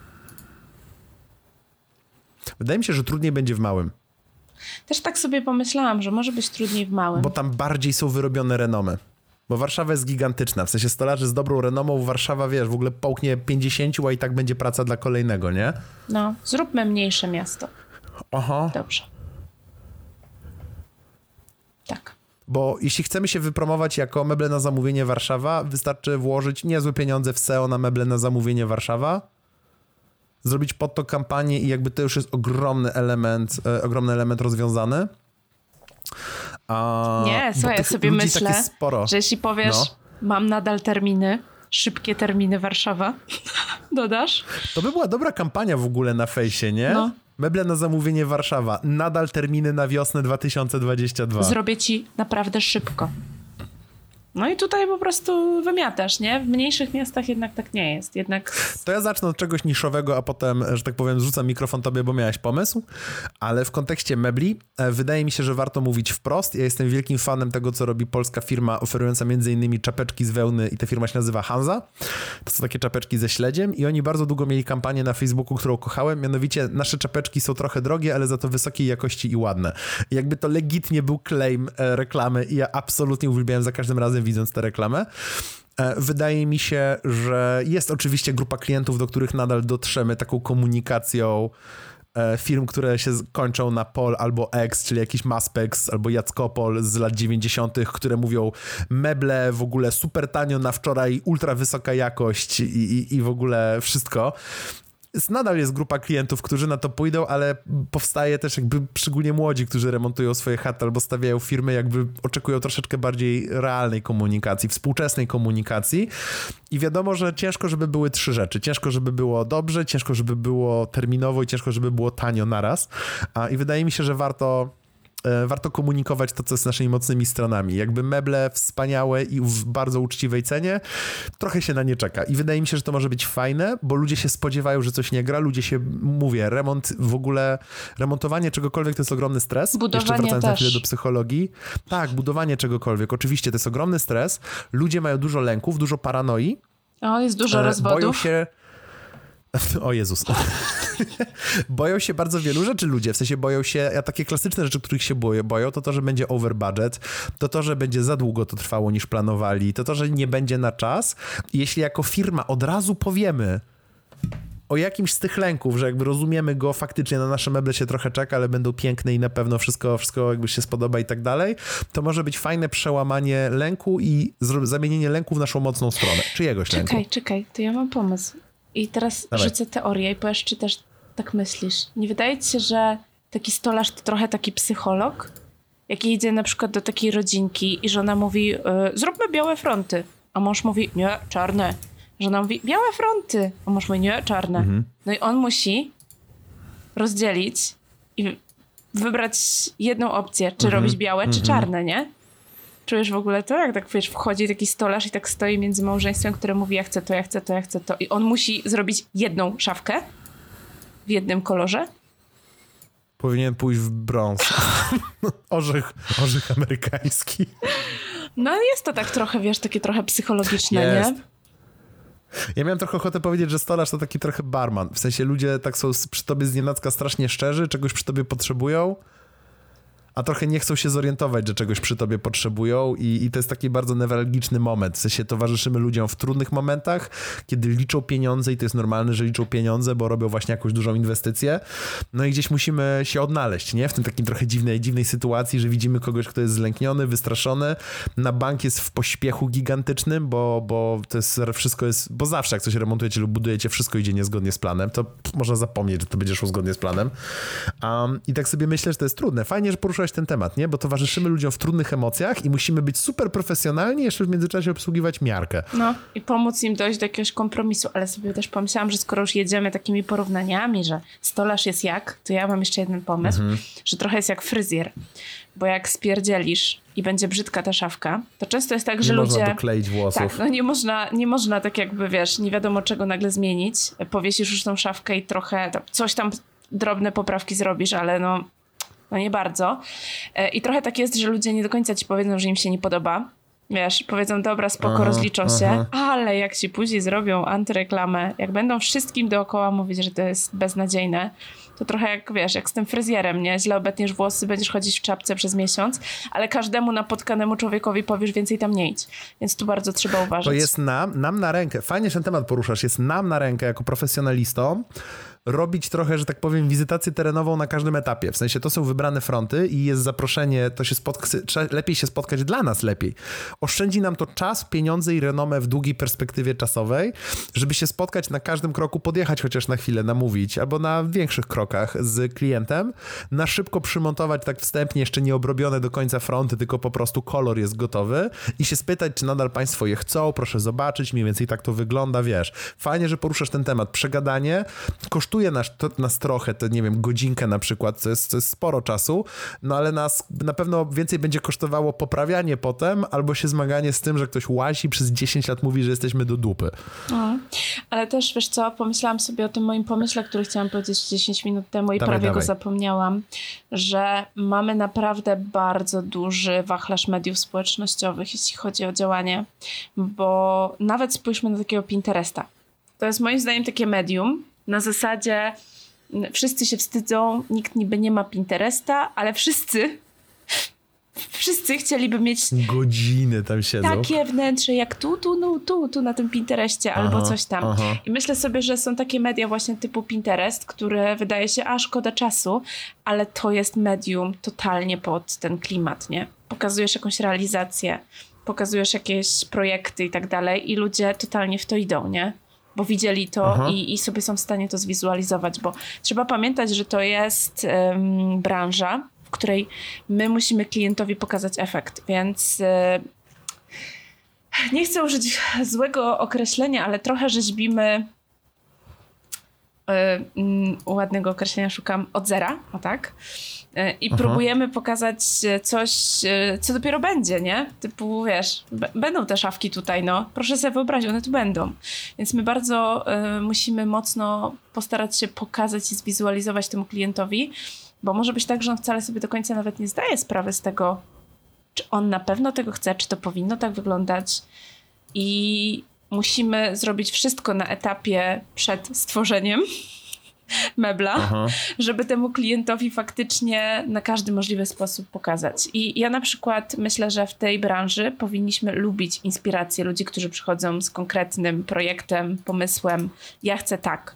Wydaje mi się, że trudniej będzie w małym. Też tak sobie pomyślałam, że może być trudniej w małym. Bo tam bardziej są wyrobione renomy. Bo Warszawa jest gigantyczna. W sensie stolarzy z dobrą renomą, Warszawa, wiesz, w ogóle połknie pięćdziesięciu, a i tak będzie praca dla kolejnego, nie? No, zróbmy mniejsze miasto. Aha. Dobrze. Tak. Bo jeśli chcemy się wypromować jako meble na zamówienie Warszawa, wystarczy włożyć niezłe pieniądze w S E O na meble na zamówienie Warszawa, zrobić pod to kampanię i jakby to już jest ogromny element, e, ogromny element rozwiązany. A, nie, słuchaj, ja sobie myślę, że jeśli powiesz, no. mam nadal terminy, szybkie terminy Warszawa, dodasz? To by była dobra kampania w ogóle na fejsie, nie? No. Meble na zamówienie Warszawa, nadal terminy na wiosnę dwa tysiące dwudziesty drugi. Zrobię ci naprawdę szybko. No i tutaj po prostu wymiatasz, nie? W mniejszych miastach jednak tak nie jest. Jednak... To ja zacznę od czegoś niszowego, a potem, że tak powiem, zrzucam mikrofon tobie, bo miałeś pomysł. Ale w kontekście mebli wydaje mi się, że warto mówić wprost. Ja jestem wielkim fanem tego, co robi polska firma oferująca między innymi czapeczki z wełny i ta firma się nazywa Hansa. To są takie czapeczki ze śledziem i oni bardzo długo mieli kampanię na Facebooku, którą kochałem. Mianowicie nasze czapeczki są trochę drogie, ale za to wysokiej jakości i ładne. I jakby to legitnie był claim e, reklamy i ja absolutnie uwielbiałem za każdym razem widząc tę reklamę. Wydaje mi się, że jest oczywiście grupa klientów, do których nadal dotrzemy taką komunikacją firm, które się kończą na Pol albo X, czyli jakiś Maspex albo Jackopol z lat dziewięćdziesiątych, które mówią meble w ogóle super tanio na wczoraj, ultra wysoka jakość i, i, i w ogóle wszystko. nadal jest grupa klientów, którzy na to pójdą, ale powstaje też jakby szczególnie młodzi, którzy remontują swoje chaty albo stawiają firmy, jakby oczekują troszeczkę bardziej realnej komunikacji, współczesnej komunikacji i wiadomo, że ciężko, żeby były trzy rzeczy. Ciężko, żeby było dobrze, ciężko, żeby było terminowo i ciężko, żeby było tanio naraz. A, i wydaje mi się, że warto warto komunikować to, co jest naszymi mocnymi stronami. Jakby meble wspaniałe i w bardzo uczciwej cenie, trochę się na nie czeka. I wydaje mi się, że to może być fajne, bo ludzie się spodziewają, że coś nie gra, ludzie się, mówię, remont w ogóle, remontowanie czegokolwiek to jest ogromny stres. Budowanie Jeszcze wracając też. na chwilę do psychologii. Tak, budowanie czegokolwiek. Oczywiście to jest ogromny stres. Ludzie mają dużo lęków, dużo paranoi. O, jest dużo rozwodów. Boją się... O Jezus. Boją się bardzo wielu rzeczy ludzie, w sensie boją się, a takie klasyczne rzeczy, których się boją, boją, to to, że będzie over budget, to to, że będzie za długo to trwało niż planowali, to to, że nie będzie na czas. I jeśli jako firma od razu powiemy o jakimś z tych lęków, że jakby rozumiemy go faktycznie, na nasze meble się trochę czeka, ale będą piękne i na pewno wszystko, wszystko jakby się spodoba i tak dalej, to może być fajne przełamanie lęku i zamienienie lęku w naszą mocną stronę, czyjegoś lęku. Czekaj, czekaj, to ja mam pomysł. I teraz Dawaj. rzucę teorię i powiesz, czy też tak myślisz. Nie wydaje ci się, że taki stolarz to trochę taki psycholog? Jak idzie na przykład do takiej rodzinki i żona mówi, y, zróbmy białe fronty, a mąż mówi, nie, czarne. Żona mówi, białe fronty, a mąż mówi, nie, czarne. Mhm. No i on musi rozdzielić i wybrać jedną opcję, czy mhm. robić białe, czy mhm. czarne, nie? Czujesz w ogóle to? Jak tak wiesz, wchodzi taki stolarz i tak stoi między małżeństwem, które mówi, ja chcę to, ja chcę to, ja chcę to. I on musi zrobić jedną szafkę w jednym kolorze. Powinien pójść w brąz. orzech, orzech amerykański. No jest to tak trochę, wiesz, takie trochę psychologiczne, jest. nie? Ja miałem trochę ochotę powiedzieć, że stolarz to taki trochę barman. W sensie ludzie tak są przy tobie znienacka strasznie szczerzy, czegoś przy tobie potrzebują, a trochę nie chcą się zorientować, że czegoś przy tobie potrzebują i, i to jest taki bardzo newralgiczny moment. W sensie towarzyszymy ludziom w trudnych momentach, kiedy liczą pieniądze i to jest normalne, że liczą pieniądze, bo robią właśnie jakąś dużą inwestycję. No i gdzieś musimy się odnaleźć, nie? W tym takim trochę dziwnej, dziwnej sytuacji, że widzimy kogoś, kto jest zlękniony, wystraszony. Na bank jest w pośpiechu gigantycznym, bo, bo to jest, wszystko jest, bo zawsze jak coś remontujecie lub budujecie, wszystko idzie niezgodnie z planem, to można zapomnieć, że to będzie szło zgodnie z planem. Um, I tak sobie myślę, że to jest trudne. Fajnie, że poruszyłeś ten temat, nie? Bo towarzyszymy ludziom w trudnych emocjach i musimy być super profesjonalni, jeszcze w międzyczasie obsługiwać miarkę. No i pomóc im dojść do jakiegoś kompromisu, ale sobie też pomyślałam, że skoro już jedziemy takimi porównaniami, że stolarz jest jak, to ja mam jeszcze jeden pomysł, mhm. że trochę jest jak fryzjer, bo jak spierdzielisz i będzie brzydka ta szafka, to często jest tak, nie że ludzie... Nie można dokleić włosów. Tak, no nie można, nie można tak jakby, wiesz, nie wiadomo czego nagle zmienić, powiesisz już tą szafkę i trochę coś tam drobne poprawki zrobisz, ale no No nie bardzo. I trochę tak jest, że ludzie nie do końca ci powiedzą, że im się nie podoba. Wiesz, powiedzą, dobra, spoko, aha, rozliczą aha. się, ale jak ci później zrobią antyreklamę, jak będą wszystkim dookoła mówić, że to jest beznadziejne, to trochę jak, wiesz, jak z tym fryzjerem, nie? Źle obetniesz włosy, będziesz chodzić w czapce przez miesiąc, ale każdemu napotkanemu człowiekowi powiesz, więcej tam nie idź. Więc tu bardzo trzeba uważać. To jest nam, nam na rękę. Fajnie, że ten temat poruszasz. Jest nam na rękę jako profesjonalistom robić trochę, że tak powiem, wizytację terenową na każdym etapie. W sensie to są wybrane fronty i jest zaproszenie, to się spotka- lepiej się spotkać dla nas lepiej. Oszczędzi nam to czas, pieniądze i renomę w długiej perspektywie czasowej, żeby się spotkać na każdym kroku, podjechać chociaż na chwilę, namówić, albo na większych krokach z klientem, na szybko przymontować tak wstępnie jeszcze nieobrobione do końca fronty, tylko po prostu kolor jest gotowy i się spytać, czy nadal państwo je chcą, proszę zobaczyć, mniej więcej tak to wygląda, wiesz. Fajnie, że poruszasz ten temat. Przegadanie kosztuje nas, to, nas trochę, to nie wiem, godzinkę na przykład, to jest, to jest sporo czasu, no ale nas na pewno więcej będzie kosztowało poprawianie potem, albo się zmaganie z tym, że ktoś łazi przez dziesięć lat mówi, że jesteśmy do dupy. O, ale też, wiesz co, pomyślałam sobie o tym moim pomyśle, który chciałam powiedzieć dziesięć minut temu i dawaj, prawie dawaj. go zapomniałam, że mamy naprawdę bardzo duży wachlarz mediów społecznościowych, jeśli chodzi o działanie, bo nawet spójrzmy na takiego Pinteresta. To jest moim zdaniem takie medium, na zasadzie wszyscy się wstydzą, nikt niby nie ma Pinteresta, ale wszyscy wszyscy chcieliby mieć godziny tam siedzą. Takie wnętrze jak tu, tu, no, tu, tu na tym Pinterestie aha, albo coś tam. Aha. I myślę sobie, że są takie media właśnie typu Pinterest, które wydaje się, a szkoda czasu, ale to jest medium totalnie pod ten klimat, nie? Pokazujesz jakąś realizację, pokazujesz jakieś projekty i tak dalej i ludzie totalnie w to idą, nie? bo widzieli to i, i sobie są w stanie to zwizualizować, bo trzeba pamiętać, że to jest um, branża, w której my musimy klientowi pokazać efekt, więc e, nie chcę użyć złego określenia, ale trochę rzeźbimy e, m, ładnego określenia szukam od zera, o tak? E, I Aha. próbujemy pokazać coś, e, co dopiero będzie, nie? Typu, wiesz, b- będą te szafki tutaj, no. Proszę sobie wyobrazić, one tu będą. Więc my bardzo e, musimy mocno postarać się pokazać i zwizualizować temu klientowi, bo może być tak, że on wcale sobie do końca nawet nie zdaje sprawy z tego, czy on na pewno tego chce, czy to powinno tak wyglądać. I musimy zrobić wszystko na etapie przed stworzeniem mebla, Aha. żeby temu klientowi faktycznie na każdy możliwy sposób pokazać. I ja na przykład myślę, że w tej branży powinniśmy lubić inspirację ludzi, którzy przychodzą z konkretnym projektem, pomysłem. Ja chcę tak.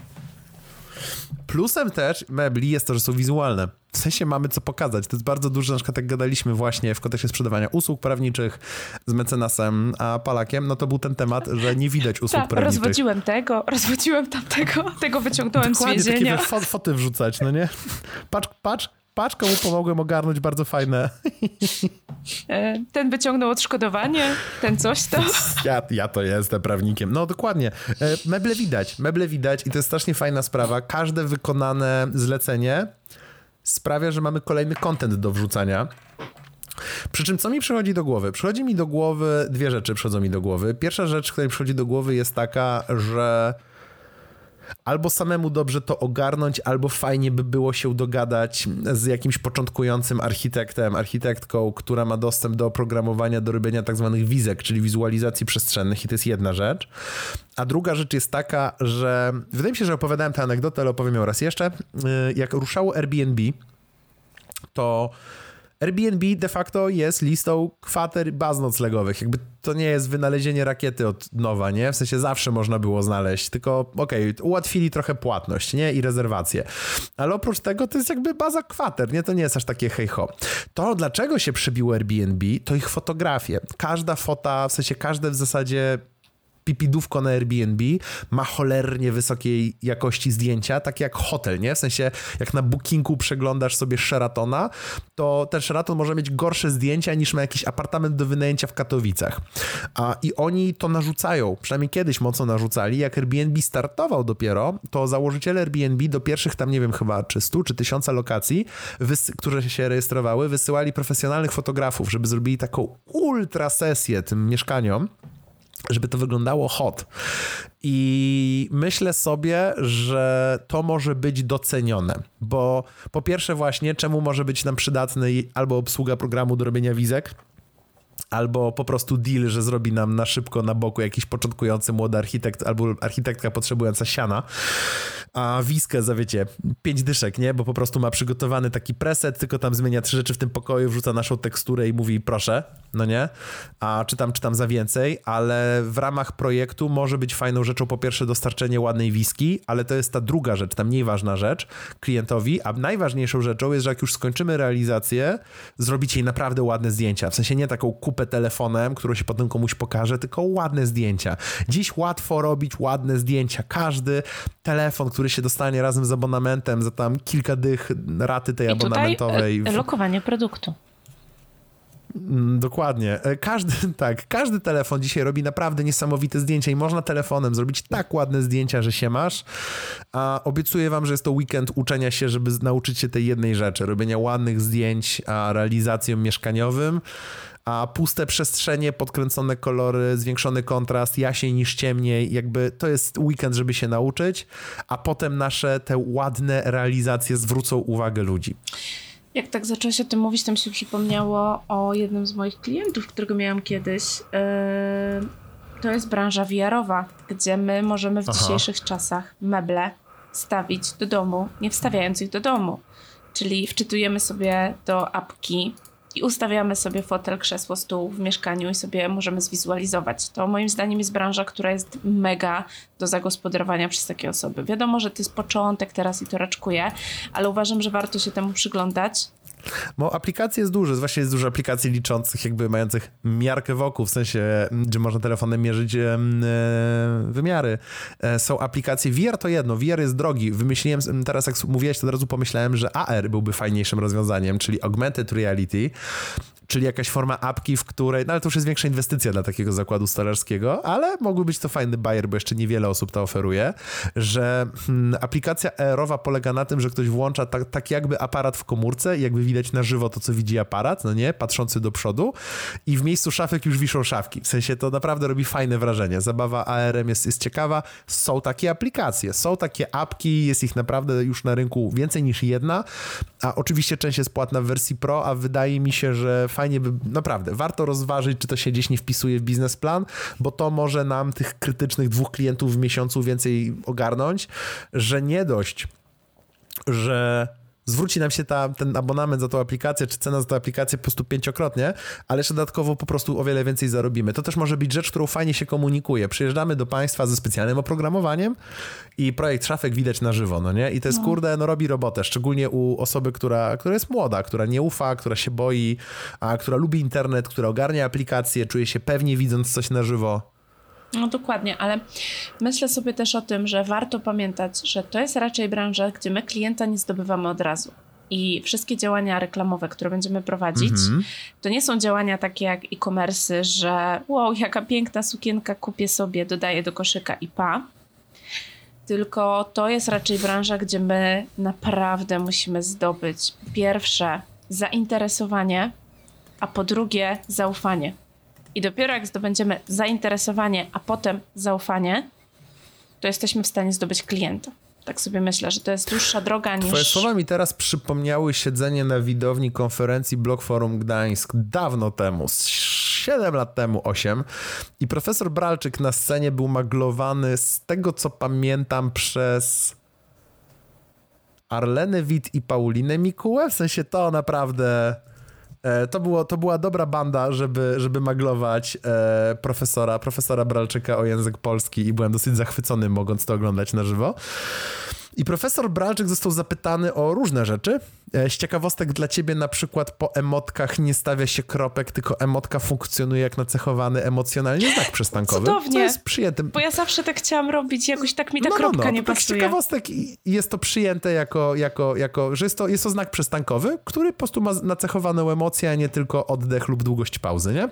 Plusem też mebli jest to, że są wizualne. W sensie mamy co pokazać. To jest bardzo duże, na przykład jak gadaliśmy właśnie w kontekście sprzedawania usług prawniczych z mecenasem a Palakiem, no to był ten temat, że nie widać usług tak, prawniczych. Rozwodziłem tego, rozwodziłem tamtego, tego wyciągnąłem Dokładnie, z więzienia. Takie foty wrzucać, no nie? Patrz, patrz, patrz, komu pomogłem ogarnąć bardzo fajne. Ten wyciągnął odszkodowanie, ten coś to. Ja, ja to jestem prawnikiem. No dokładnie. Meble widać, meble widać i to jest strasznie fajna sprawa. Każde wykonane zlecenie sprawia, że mamy kolejny content do wrzucania. Przy czym co mi przychodzi do głowy? Przychodzi mi do głowy, dwie rzeczy przychodzą mi do głowy. Pierwsza rzecz, która mi przychodzi do głowy jest taka, że albo samemu dobrze to ogarnąć, albo fajnie by było się dogadać z jakimś początkującym architektem, architektką, która ma dostęp do oprogramowania, do robienia tak zwanych wizek, czyli wizualizacji przestrzennych i to jest jedna rzecz. A druga rzecz jest taka, że wydaje mi się, że opowiadałem tę anegdotę, ale opowiem ją raz jeszcze. Jak ruszało Airbnb, to Airbnb de facto jest listą kwater baz noclegowych. Jakby to nie jest wynalezienie rakiety od nowa, nie? W sensie zawsze można było znaleźć, tylko okej, okay, ułatwili trochę płatność, nie? I rezerwacje. Ale oprócz tego to jest jakby baza kwater, nie? To nie jest aż takie hej ho. To, dlaczego się przebiło Airbnb, to ich fotografie. Każda fota, w sensie każde w zasadzie pipidówko na Airbnb ma cholernie wysokiej jakości zdjęcia, tak jak hotel, nie? W sensie, jak na Bookingu przeglądasz sobie Sheratona, to ten Sheraton może mieć gorsze zdjęcia niż ma jakiś apartament do wynajęcia w Katowicach. A, I oni to narzucają, przynajmniej kiedyś mocno narzucali. Jak Airbnb startował dopiero, to założyciele Airbnb do pierwszych tam, nie wiem, chyba czy stu, czy tysiąca lokacji, wys- które się rejestrowały, wysyłali profesjonalnych fotografów, żeby zrobili taką ultra sesję tym mieszkaniom, żeby to wyglądało hot. I myślę sobie, że to może być docenione, bo po pierwsze właśnie, czemu może być nam przydatny albo obsługa programu do robienia wizek, albo po prostu deal, że zrobi nam na szybko na boku jakiś początkujący młody architekt albo architektka potrzebująca siana, a wizkę za, wiecie, pięć dyszek, nie? Bo po prostu ma przygotowany taki preset, tylko tam zmienia trzy rzeczy w tym pokoju, wrzuca naszą teksturę i mówi proszę, no nie? A czytam, czytam za więcej, ale w ramach projektu może być fajną rzeczą po pierwsze dostarczenie ładnej wizki, ale to jest ta druga rzecz, ta mniej ważna rzecz klientowi, a najważniejszą rzeczą jest, że jak już skończymy realizację, zrobić jej naprawdę ładne zdjęcia, w sensie nie taką kupę telefonem, którą się potem komuś pokaże, tylko ładne zdjęcia. Dziś łatwo robić ładne zdjęcia. Każdy telefon, który się dostanie razem z abonamentem za tam kilka dych raty tej I abonamentowej. Tutaj lokowanie produktu. Dokładnie. Każdy, tak, każdy telefon dzisiaj robi naprawdę niesamowite zdjęcia i można telefonem zrobić tak ładne zdjęcia, że się masz. A obiecuję wam, że jest to weekend uczenia się, żeby nauczyć się tej jednej rzeczy. Robienia ładnych zdjęć a realizacją mieszkaniowym. A puste przestrzenie, podkręcone kolory, zwiększony kontrast, jaśniej niż ciemniej, jakby to jest weekend, żeby się nauczyć, a potem nasze te ładne realizacje zwrócą uwagę ludzi. Jak tak zaczęłaś o tym mówić, to mi się przypomniało o jednym z moich klientów, którego miałam kiedyś. Yy, to jest branża V R-owa, gdzie my możemy w Aha. dzisiejszych czasach meble stawić do domu, nie wstawiając ich do domu. Czyli wczytujemy sobie do apki i ustawiamy sobie fotel, krzesło, stół w mieszkaniu i sobie możemy zwizualizować. To moim zdaniem jest branża, która jest mega do zagospodarowania przez takie osoby. Wiadomo, że to jest początek teraz i to raczkuje, ale uważam, że warto się temu przyglądać. Bo aplikacji jest dużo, zwłaszcza jest dużo aplikacji liczących, jakby mających miarkę wokół, w sensie, że można telefonem mierzyć e, wymiary. E, są aplikacje, V R to jedno, V R jest drogi. Wymyśliłem, teraz jak mówiłeś, to od razu pomyślałem, że A R byłby fajniejszym rozwiązaniem, czyli Augmented Reality, czyli jakaś forma apki, w której, no ale to już jest większa inwestycja dla takiego zakładu stolarskiego, ale mógłby być to fajny buyer, bo jeszcze niewiele osób to oferuje, że hmm, aplikacja A R-owa polega na tym, że ktoś włącza tak, tak jakby aparat w komórce i jakby widać na żywo to, co widzi aparat, no nie, patrzący do przodu i w miejscu szafek już wiszą szafki. W sensie to naprawdę robi fajne wrażenie. Zabawa A R-em jest, jest ciekawa. Są takie aplikacje, są takie apki, jest ich naprawdę już na rynku więcej niż jedna, a oczywiście część jest płatna w wersji Pro, a wydaje mi się, że fajnie by, naprawdę, warto rozważyć, czy to się gdzieś nie wpisuje w biznesplan, bo to może nam tych krytycznych dwóch klientów w miesiącu więcej ogarnąć, że nie dość, że zwróci nam się ta, ten abonament za tą aplikację, czy cena za tą aplikację po prostu pięciokrotnie, ale jeszcze dodatkowo po prostu o wiele więcej zarobimy. To też może być rzecz, którą fajnie się komunikuje. Przyjeżdżamy do państwa ze specjalnym oprogramowaniem i projekt szafek widać na żywo, no nie? I to jest, no. kurde, no robi robotę, szczególnie u osoby, która, która jest młoda, która nie ufa, która się boi, a która lubi internet, która ogarnia aplikację, czuje się pewnie widząc coś na żywo. No dokładnie, ale myślę sobie też o tym, że warto pamiętać, że to jest raczej branża, gdzie my klienta nie zdobywamy od razu. I wszystkie działania reklamowe, które będziemy prowadzić, mm-hmm. to nie są działania takie jak e-commerce, że wow, jaka piękna sukienka, kupię sobie, dodaję do koszyka i pa. Tylko to jest raczej branża, gdzie my naprawdę musimy zdobyć pierwsze zainteresowanie, a po drugie zaufanie. I dopiero jak zdobędziemy zainteresowanie, a potem zaufanie, to jesteśmy w stanie zdobyć klienta. Tak sobie myślę, że to jest dłuższa droga niż... Twoje słowa mi teraz przypomniały siedzenie na widowni konferencji Blog Forum Gdańsk dawno temu, siedem lat temu, osiem. I profesor Bralczyk na scenie był maglowany, z tego co pamiętam, przez Arlenę Witt i Paulinę Mikułę. W sensie to naprawdę... To, było, to była dobra banda, żeby, żeby maglować e, profesora, profesora Bralczyka o język polski i byłem dosyć zachwycony, mogąc to oglądać na żywo. I profesor Bralczyk został zapytany o różne rzeczy. Z ciekawostek dla ciebie na przykład po emotkach nie stawia się kropek, tylko emotka funkcjonuje jak nacechowany emocjonalnie znak przystankowy. Cudownie, co jest przyjęte. Bo ja zawsze tak chciałam robić, jakoś tak mi ta no, kropka no, no, nie to pasuje. Z ciekawostek jest to przyjęte jako, jako, jako że jest to, jest to znak przystankowy, który po prostu ma nacechowaną emocję, a nie tylko oddech lub długość pauzy, nie?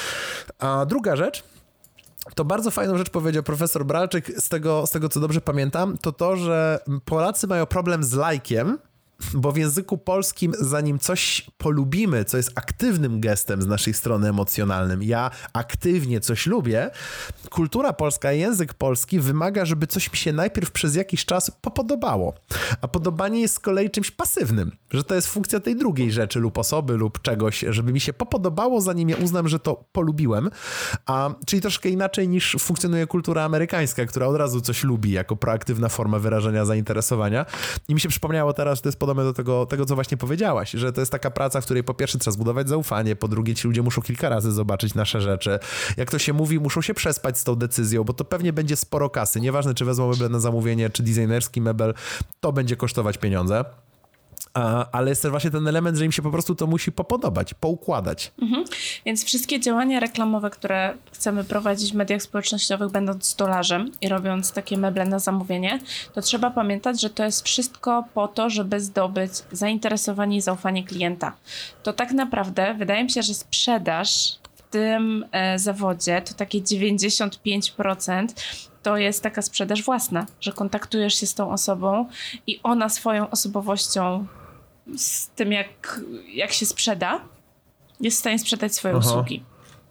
A druga rzecz, to bardzo fajną rzecz powiedział profesor Bralczyk, z tego, z tego co dobrze pamiętam, to to, że Polacy mają problem z lajkiem, bo w języku polskim, zanim coś polubimy, co jest aktywnym gestem z naszej strony emocjonalnym, ja aktywnie coś lubię, kultura polska, język polski wymaga, żeby coś mi się najpierw przez jakiś czas popodobało. A podobanie jest z kolei czymś pasywnym, że to jest funkcja tej drugiej rzeczy lub osoby lub czegoś, żeby mi się popodobało, zanim ja uznam, że to polubiłem. A, czyli troszkę inaczej niż funkcjonuje kultura amerykańska, która od razu coś lubi jako proaktywna forma wyrażenia zainteresowania. I mi się przypomniało teraz, że to jest podobne do tego, tego, co właśnie powiedziałaś, że to jest taka praca, w której po pierwsze trzeba zbudować zaufanie, po drugie ci ludzie muszą kilka razy zobaczyć nasze rzeczy. Jak to się mówi, muszą się przespać z tą decyzją, bo to pewnie będzie sporo kasy. Nieważne, czy wezmą mebel na zamówienie, czy designerski mebel, to będzie kosztować pieniądze. Ale jest też właśnie ten element, że im się po prostu to musi popodobać, poukładać. Mhm. Więc wszystkie działania reklamowe, które chcemy prowadzić w mediach społecznościowych, będąc stolarzem i robiąc takie meble na zamówienie, to trzeba pamiętać, że to jest wszystko po to, żeby zdobyć zainteresowanie i zaufanie klienta. To tak naprawdę wydaje mi się, że sprzedaż w tym e, zawodzie to takie dziewięćdziesiąt pięć procent to jest taka sprzedaż własna, że kontaktujesz się z tą osobą i ona swoją osobowością, z tym jak, jak się sprzeda, jest w stanie sprzedać swoje Aha. usługi.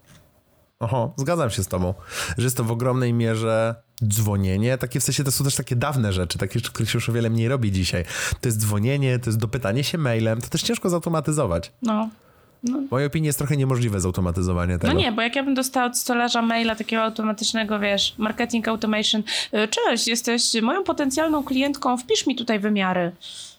Oho, zgadzam się z tobą, że jest to w ogromnej mierze dzwonienie, takie w sensie to są też takie dawne rzeczy, takie rzeczy, których się już o wiele mniej robi dzisiaj. To jest dzwonienie, to jest dopytanie się mailem, to też ciężko zautomatyzować. No. No. W mojej opinii jest trochę niemożliwe zautomatyzowanie tego. No nie, bo jak ja bym dostała od stolarza maila takiego automatycznego, wiesz, marketing automation, cześć, jesteś moją potencjalną klientką, wpisz mi tutaj wymiary.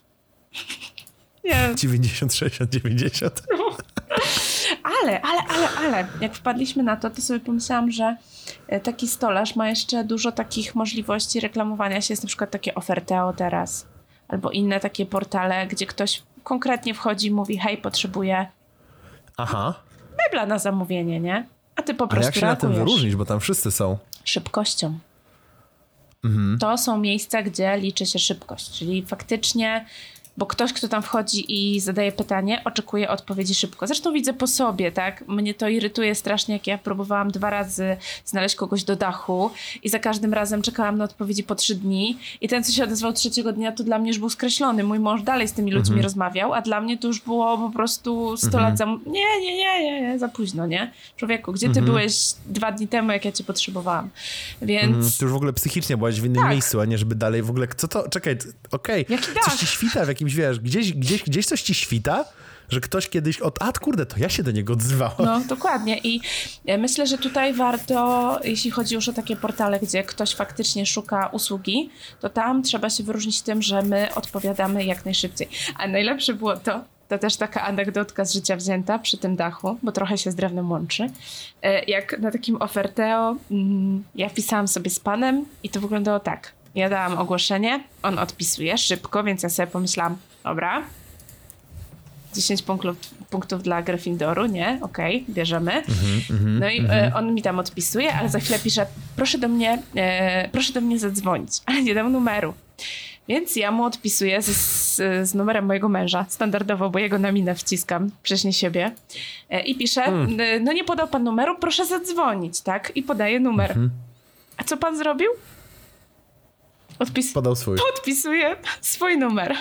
Nie. dziewięćdziesiąt, sześćdziesiąt, dziewięćdziesiąt. Ale, ale, ale, ale, jak wpadliśmy na to, to sobie pomyślałam, że taki stolarz ma jeszcze dużo takich możliwości reklamowania się. Jest na przykład takie Oferteo teraz, albo inne takie portale, gdzie ktoś konkretnie wchodzi i mówi, hej, potrzebuję Aha. mebla na zamówienie, nie? A ty po A prostu jak się reagujesz. na tym wyróżnić, bo tam wszyscy są? Szybkością. Mhm. To są miejsca, gdzie liczy się szybkość, czyli faktycznie, bo ktoś, kto tam wchodzi i zadaje pytanie, oczekuje odpowiedzi szybko. Zresztą widzę po sobie, tak? Mnie to irytuje strasznie, jak ja próbowałam dwa razy znaleźć kogoś do dachu i za każdym razem czekałam na odpowiedzi po trzy dni i ten, co się odezwał trzeciego dnia, to dla mnie już był skreślony. Mój mąż dalej z tymi ludźmi Mhm. rozmawiał, a dla mnie to już było po prostu sto Mhm. lat za... Nie, nie, nie, nie, nie, za późno, nie? Człowieku, gdzie ty Mhm. byłeś dwa dni temu, jak ja cię potrzebowałam? Więc... Mm, ty już w ogóle psychicznie byłaś w innym Tak. miejscu, a nie żeby dalej w ogóle... Co to? Czekaj, t- okej. Jaki Coś dach? ci świta w jakimś, wiesz, gdzieś, gdzieś, gdzieś coś ci świta, że ktoś kiedyś od... A, kurde, to ja się do niego odzywałam. No, dokładnie. I ja myślę, że tutaj warto, jeśli chodzi już o takie portale, gdzie ktoś faktycznie szuka usługi, to tam trzeba się wyróżnić tym, że my odpowiadamy jak najszybciej. A najlepsze było to, to też taka anegdotka z życia wzięta przy tym dachu, bo trochę się z drewnem łączy. E, Jak na takim Oferteo mm, ja wpisałam sobie z panem i to wyglądało tak. Ja dałam ogłoszenie, on odpisuje szybko, więc ja sobie pomyślałam, dobra, dziesięć punktów, punktów dla Gryffindoru, nie? Okej, okay, bierzemy. Mhm, mhm, No i mhm. e, on mi tam odpisuje, ale za chwilę pisze, proszę do mnie, e, proszę do mnie zadzwonić, ale nie dam numeru. Więc ja mu odpisuję z, z, z numerem mojego męża, standardowo, bo jego na minę wciskam, wcześniej siebie. E, I piszę, Mm. e, no nie podał pan numeru, proszę zadzwonić, tak? I podaję numer. Mhm. A co pan zrobił? Odpis... Podał swój. Podpisuje swój numer.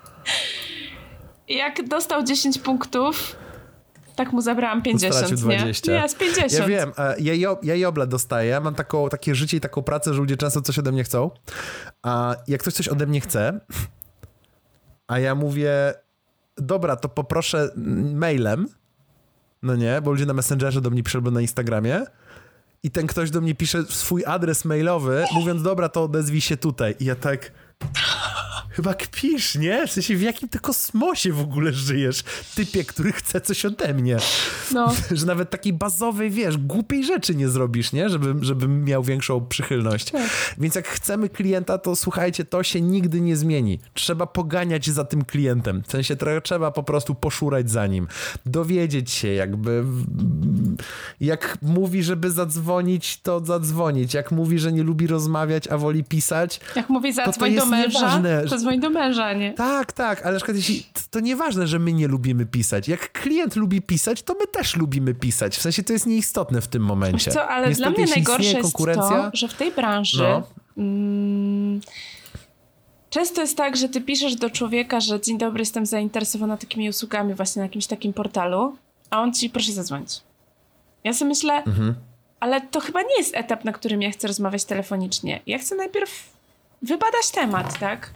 I jak dostał dziesięć punktów, tak mu zabrałam pięćdziesiąt, Stracił dwadzieścia. nie? Nie, z pięćdziesiąt. Ja wiem, e, ja, jo, ja jobla dostaję, mam taką, takie życie i taką pracę, że ludzie często coś ode mnie chcą, a jak ktoś coś ode mnie chce, a ja mówię, dobra, to poproszę mailem, no nie, bo ludzie na Messengerze do mnie piszą albo na Instagramie i ten ktoś do mnie pisze swój adres mailowy, mówiąc, dobra, to odezwij się tutaj. I ja tak... Chyba kpisz, nie? W sensie, w jakim ty kosmosie w ogóle żyjesz, typie, który chce coś ode mnie. No. Że nawet takiej bazowej, wiesz, głupiej rzeczy nie zrobisz, nie? Żeby, żebym miał większą przychylność. Tak. Więc jak chcemy klienta, to słuchajcie, to się nigdy nie zmieni. Trzeba poganiać za tym klientem. W sensie trochę trzeba po prostu poszurać za nim. Dowiedzieć się jakby... Jak mówi, żeby zadzwonić, to zadzwonić. Jak mówi, że nie lubi rozmawiać, a woli pisać, Jak mówi, to zadzwoń jest do męża, nieważne. to dzwoń do męża, nie? Tak, tak, ale na przykład jeśli, to, to nieważne, że my nie lubimy pisać. Jak klient lubi pisać, to my też lubimy pisać. W sensie to jest nieistotne w tym momencie. Wiesz co, ale Niestety, dla mnie jeśli najgorsze istnieje jest konkurencja, to, że w tej branży no. mm, często jest tak, że ty piszesz do człowieka, że dzień dobry, jestem zainteresowana takimi usługami właśnie na jakimś takim portalu, a on ci proszę zadzwonić. Ja sobie myślę, Mhm. ale to chyba nie jest etap, na którym ja chcę rozmawiać telefonicznie. Ja chcę najpierw wybadać temat, tak?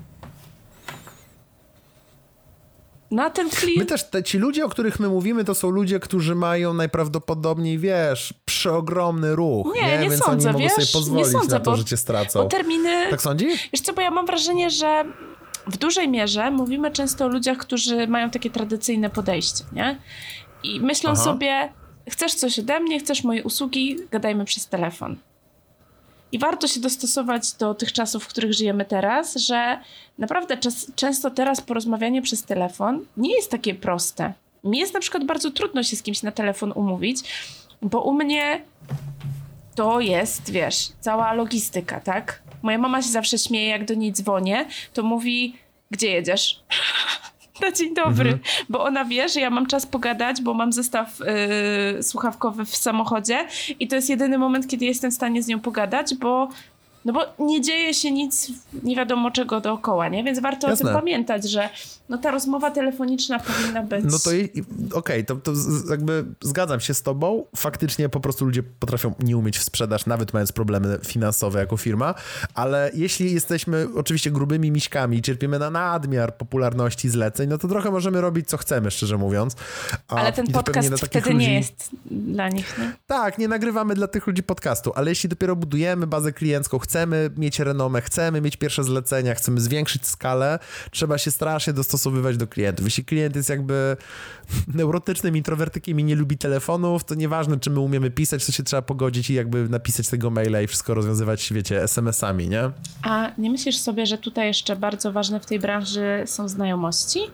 Na ten klient... My też, te, ci ludzie, o których my mówimy, to są ludzie, którzy mają najprawdopodobniej, wiesz, przeogromny ruch, Nie, nie? nie Więc sądzę, oni wiesz? mogą Nie sobie pozwolić sądzę, na to, bo- że cię stracą. Bo terminy... Tak sądzisz? Wiesz co, bo ja mam wrażenie, że w dużej mierze mówimy często o ludziach, którzy mają takie tradycyjne podejście, nie? I myślą Aha. sobie, chcesz coś ode mnie, chcesz moje usługi, gadajmy przez telefon. I warto się dostosować do tych czasów, w których żyjemy teraz, że naprawdę czas, często teraz porozmawianie przez telefon nie jest takie proste. Mi jest na przykład bardzo trudno się z kimś na telefon umówić, bo u mnie to jest, wiesz, cała logistyka, tak? Moja mama się zawsze śmieje, jak do niej dzwonię, to mówi, gdzie jedziesz? Na dzień dobry, Mhm. bo ona wie, że ja mam czas pogadać, bo mam zestaw yy, słuchawkowy w samochodzie i to jest jedyny moment, kiedy jestem w stanie z nią pogadać, bo no bo nie dzieje się nic nie wiadomo czego dookoła, nie? Więc warto Jasne. o tym pamiętać, że no ta rozmowa telefoniczna powinna być... No to je- okej, to, to z- jakby zgadzam się z tobą. Faktycznie po prostu ludzie potrafią nie umieć w sprzedaż, nawet mając problemy finansowe jako firma, ale jeśli jesteśmy oczywiście grubymi miśkami i cierpimy na nadmiar popularności zleceń, no to trochę możemy robić co chcemy, szczerze mówiąc. A, Ale ten i to pewnie podcast dla takich wtedy ludzi... nie jest dla nich, nie? Tak, nie nagrywamy dla tych ludzi podcastu, ale jeśli dopiero budujemy bazę kliencką, chcemy mieć renomę, chcemy mieć pierwsze zlecenia, chcemy zwiększyć skalę, trzeba się strasznie dostosowywać do klientów. Jeśli klient jest jakby neurotycznym introwertykiem i nie lubi telefonów, to nieważne, czy my umiemy pisać, to się trzeba pogodzić i jakby napisać tego maila i wszystko rozwiązywać, wiecie, es em esami, nie? A nie myślisz sobie, że tutaj jeszcze bardzo ważne w tej branży są znajomości?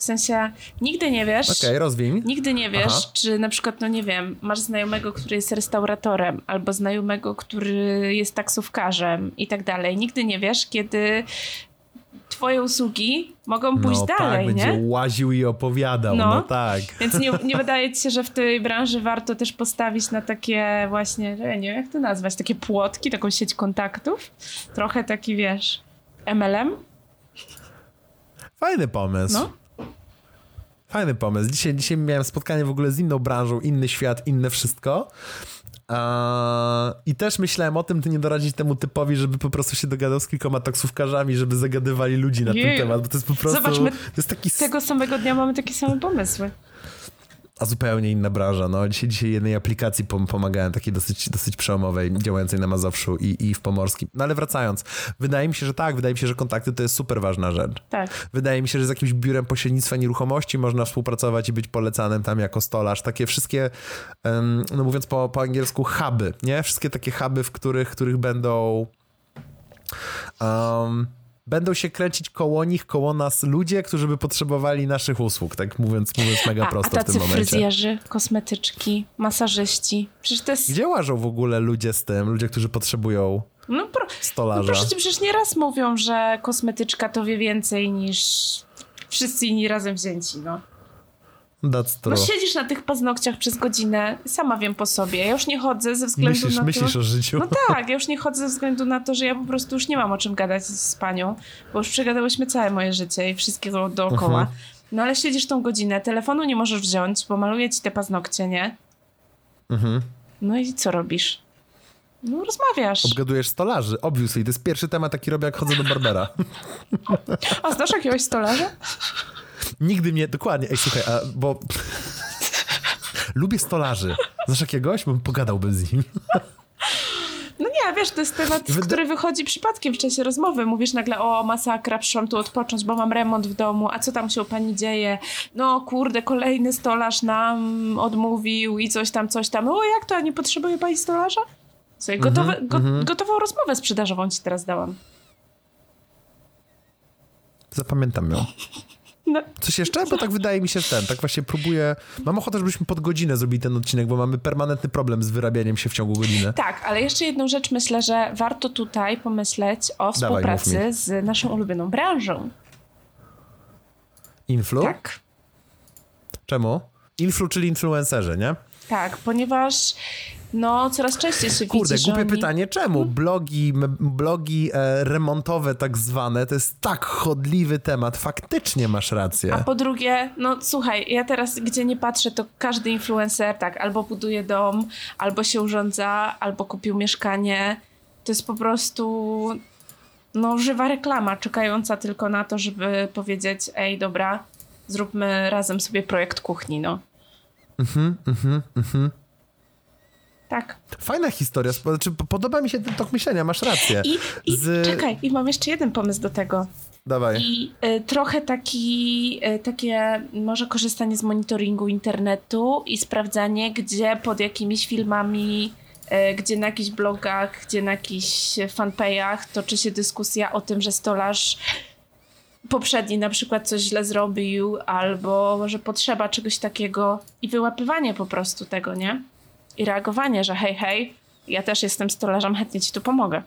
W sensie nigdy nie wiesz... Okej, okay, rozwiń. Nigdy nie wiesz, Aha. czy na przykład, no nie wiem, masz znajomego, który jest restauratorem, albo znajomego, który jest taksówkarzem i tak dalej. Nigdy nie wiesz, kiedy twoje usługi mogą pójść no, dalej, tak, nie? będzie łaził i opowiadał, no, no tak. Więc nie, nie wydaje ci się, że w tej branży warto też postawić na takie właśnie, ja nie wiem jak to nazwać, takie płotki, taką sieć kontaktów? Trochę taki, wiesz, M L M? Fajny pomysł. No. Fajny pomysł. Dzisiaj, dzisiaj miałem spotkanie w ogóle z inną branżą, inny świat, inne wszystko. Uh, I też myślałem o tym, ty nie doradzić temu typowi, żeby po prostu się dogadał z kilkoma taksówkarzami, żeby zagadywali ludzi na Jej. ten temat, bo to jest po prostu... Zobacz, my to jest taki... tego samego dnia mamy takie same pomysły. A zupełnie inna branża. No, dzisiaj, dzisiaj jednej aplikacji pom- pomagałem, takiej dosyć, dosyć przełomowej, działającej na Mazowszu i, i w Pomorskim. No ale wracając, wydaje mi się, że tak, wydaje mi się, że kontakty to jest super ważna rzecz. Tak. Wydaje mi się, że z jakimś biurem pośrednictwa nieruchomości można współpracować i być polecanym tam jako stolarz. Takie wszystkie, um, no mówiąc po, po angielsku, huby, nie? Wszystkie takie huby, w których, których będą... Um, Będą się kręcić koło nich, koło nas ludzie, którzy by potrzebowali naszych usług, tak mówiąc, mówiąc mega a, prosto a w tym momencie. fryzjerzy, kosmetyczki, masażyści. Przecież to jest... Gdzie łażą w ogóle ludzie z tym? Ludzie, którzy potrzebują no, pro... stolarza. No proszę cię, przecież nieraz mówią, że kosmetyczka to wie więcej niż wszyscy inni razem wzięci, no. That's true. No siedzisz na tych paznokciach przez godzinę, sama wiem po sobie. Ja już nie chodzę ze względu myślisz, na to... Myślisz o życiu? No tak, ja już nie chodzę ze względu na to, że ja po prostu już nie mam o czym gadać z panią, bo już przegadałyśmy całe moje życie i wszystkiego dookoła. Uh-huh. No ale siedzisz tą godzinę, telefonu nie możesz wziąć, bo maluje ci te paznokcie, nie? Mhm. No i co robisz? No rozmawiasz. Obgadujesz stolarzy, obviously. To jest pierwszy temat, jaki robię, jak chodzę do barbera. A znasz jakiegoś stolarza? Nigdy mnie, dokładnie, ej słuchaj, a, bo lubię stolarzy. Znasz jakiegoś? Bo pogadałbym z nim. No nie, wiesz, to jest temat, Wyda- który wychodzi przypadkiem w czasie rozmowy. Mówisz nagle, o masakra, przyszłam tu odpocząć, bo mam remont w domu, a co tam się u pani dzieje? No kurde, kolejny stolarz nam odmówił i coś tam, coś tam. O, jak to, a nie potrzebuje pani stolarza? Słuchaj, mm-hmm, gotowe, go, mm-hmm. gotową rozmowę sprzedażową ci teraz dałam. Zapamiętam ją. No. Coś jeszcze? Bo tak wydaje mi się, że ten, tak właśnie próbuję... Mam ochotę, żebyśmy pod godzinę zrobili ten odcinek, bo mamy permanentny problem z wyrabianiem się w ciągu godziny. Tak, ale jeszcze jedną rzecz myślę, że warto tutaj pomyśleć o współpracy Dawaj, z naszą ulubioną branżą. Influ? Tak. Czemu? Influ, czyli influencerzy, nie? Tak, ponieważ no coraz częściej się Kurde, widzi, głupie oni... pytanie, czemu? Blogi, m- blogi e, remontowe tak zwane, to jest tak chodliwy temat, faktycznie masz rację. A po drugie, no słuchaj, ja teraz gdzie nie patrzę, to każdy influencer tak albo buduje dom, albo się urządza, albo kupił mieszkanie. To jest po prostu no żywa reklama, czekająca tylko na to, żeby powiedzieć, ej dobra, zróbmy razem sobie projekt kuchni, no. Mhm, mhm, mhm. Tak. Fajna historia, znaczy, podoba mi się ten tok myślenia, masz rację. I, i Z... czekaj, i mam jeszcze jeden pomysł do tego. Dawaj. I y, trochę taki, y, takie może korzystanie z monitoringu internetu i sprawdzanie, gdzie pod jakimiś filmami, y, gdzie na jakichś blogach, gdzie na jakichś fanpage'ach toczy się dyskusja o tym, że stolarz poprzedni na przykład coś źle zrobił, albo że potrzeba czegoś takiego i wyłapywanie po prostu tego, nie? I reagowanie, że hej, hej, ja też jestem stolarzem, chętnie ci tu pomogę.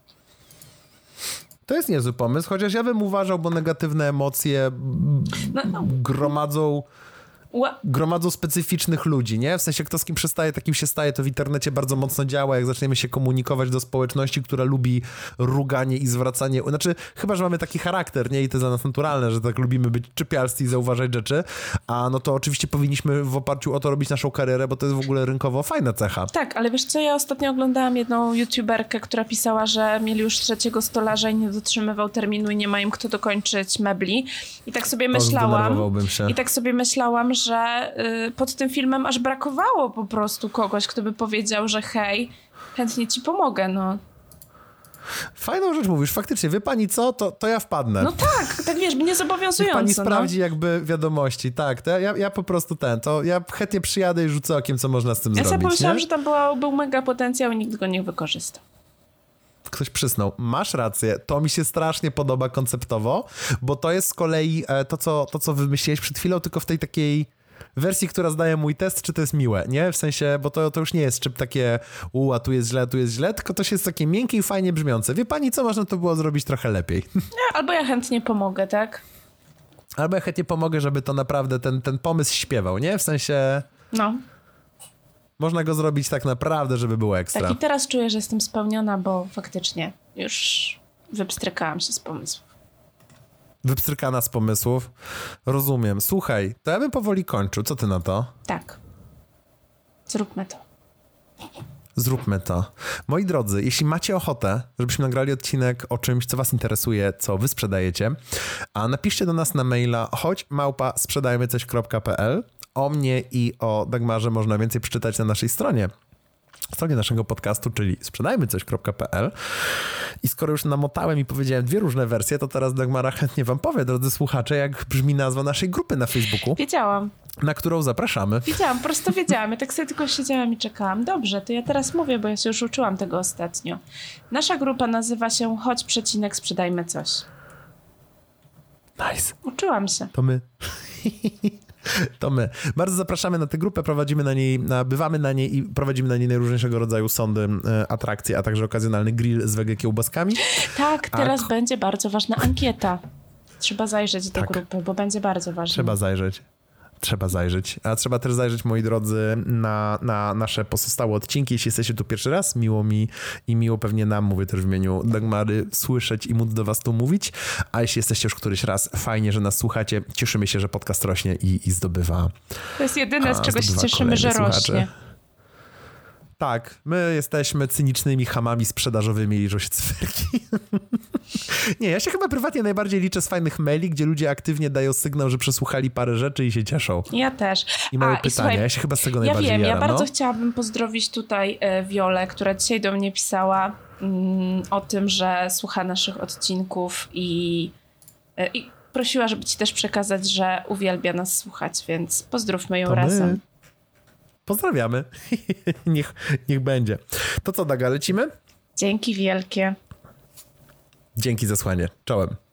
To jest niezły pomysł, chociaż ja bym uważał, bo negatywne emocje no, no. gromadzą gromadzą specyficznych ludzi, nie? W sensie kto z kim przestaje, takim się staje, to w internecie bardzo mocno działa, jak zaczniemy się komunikować do społeczności, która lubi ruganie i zwracanie, znaczy chyba, że mamy taki charakter, nie? I to jest dla nas naturalne, że tak lubimy być czepialscy i zauważać rzeczy, a no to oczywiście powinniśmy w oparciu o to robić naszą karierę, bo to jest w ogóle rynkowo fajna cecha. Tak, ale wiesz co, ja ostatnio oglądałam jedną youtuberkę, która pisała, że mieli już trzeciego stolarza i nie dotrzymywał terminu i nie ma im kto dokończyć mebli. I tak sobie myślałam, i tak sobie myślałam, że że y, pod tym filmem aż brakowało po prostu kogoś, kto by powiedział, że hej, chętnie ci pomogę, no. Fajną rzecz mówisz, faktycznie, wie pani co, to, to ja wpadnę. No tak, tak wiesz, mnie zobowiązująco. Niech pani no. sprawdzi jakby wiadomości, tak, to ja, ja po prostu ten, to ja chętnie przyjadę i rzucę okiem, co można z tym ja zrobić, Ja sobie pomyślałam, nie? że tam była, był mega potencjał i nikt go nie wykorzystał. ktoś przysnął. Masz rację, to mi się strasznie podoba konceptowo, bo to jest z kolei to, co, to, co wymyśliłeś przed chwilą, tylko w tej takiej wersji, która zdaje mój test, czy to jest miłe, nie? W sensie, bo to, to już nie jest czy takie u, a tu jest źle, tu jest źle, tylko to jest takie miękkie i fajnie brzmiące. Wie pani, co można to było zrobić trochę lepiej? Albo ja chętnie pomogę, tak? Albo ja chętnie pomogę, żeby to naprawdę ten, ten pomysł śpiewał, nie? W sensie... No. Można go zrobić tak naprawdę, żeby było ekstra. Tak, i teraz czuję, że jestem spełniona, bo faktycznie już wypstrykałam się z pomysłów. Wypstrykana z pomysłów? Rozumiem. Słuchaj, to ja bym powoli kończył. Co ty na to? Tak. Zróbmy to. Zróbmy to. Moi drodzy, jeśli macie ochotę, żebyśmy nagrali odcinek o czymś, co was interesuje, co wy sprzedajecie, a napiszcie do nas na maila chodź małpa sprzedajmy coś kropka pe el. O mnie i o Dagmarze można więcej przeczytać na naszej stronie. Stronie naszego podcastu, czyli sprzedajmy coś kropka pe el. I skoro już namotałem i powiedziałem dwie różne wersje, to teraz Dagmara chętnie wam powie, drodzy słuchacze, jak brzmi nazwa naszej grupy na Facebooku. Wiedziałam. Na którą zapraszamy. Wiedziałam, po prostu wiedziałam. Ja tak sobie tylko siedziałam i czekałam. Dobrze, to ja teraz mówię, bo ja się już uczyłam tego ostatnio. Nasza grupa nazywa się Chodź przecinek sprzedajmy coś. Nice. Uczyłam się. To my. To my. Bardzo zapraszamy na tę grupę, prowadzimy na niej, bywamy na niej i prowadzimy na niej najróżniejszego rodzaju sądy, atrakcje, a także okazjonalny grill z wege kiełbaskami. Tak, teraz a... będzie bardzo ważna ankieta. Trzeba zajrzeć do tak. grupy, bo będzie bardzo ważna. Trzeba zajrzeć. Trzeba zajrzeć. A trzeba też zajrzeć, moi drodzy, na, na nasze pozostałe odcinki. Jeśli jesteście tu pierwszy raz, miło mi i miło pewnie nam, mówię też w imieniu Dagmary, słyszeć i móc do was tu mówić. A jeśli jesteście już któryś raz, fajnie, że nas słuchacie. Cieszymy się, że podcast rośnie i, i zdobywa. To jest jedyne, z czego się cieszymy, że słuchacze. rośnie. Tak, my jesteśmy cynicznymi chamami sprzedażowymi, liczą się cyferki. Nie, ja się chyba prywatnie najbardziej liczę z fajnych maili, gdzie ludzie aktywnie dają sygnał, że przesłuchali parę rzeczy i się cieszą. Ja też. I mają A, pytania, i słuchaj, ja się chyba z tego ja najbardziej wiem, jaram. Ja bardzo no? chciałabym pozdrowić tutaj e, Wiolę, która dzisiaj do mnie pisała mm, o tym, że słucha naszych odcinków i, e, i prosiła, żeby ci też przekazać, że uwielbia nas słuchać, więc pozdrówmy ją To razem. My. Pozdrawiamy. niech, niech będzie. To co, Daga, lecimy? Dzięki wielkie. Dzięki za słuchanie. Czołem.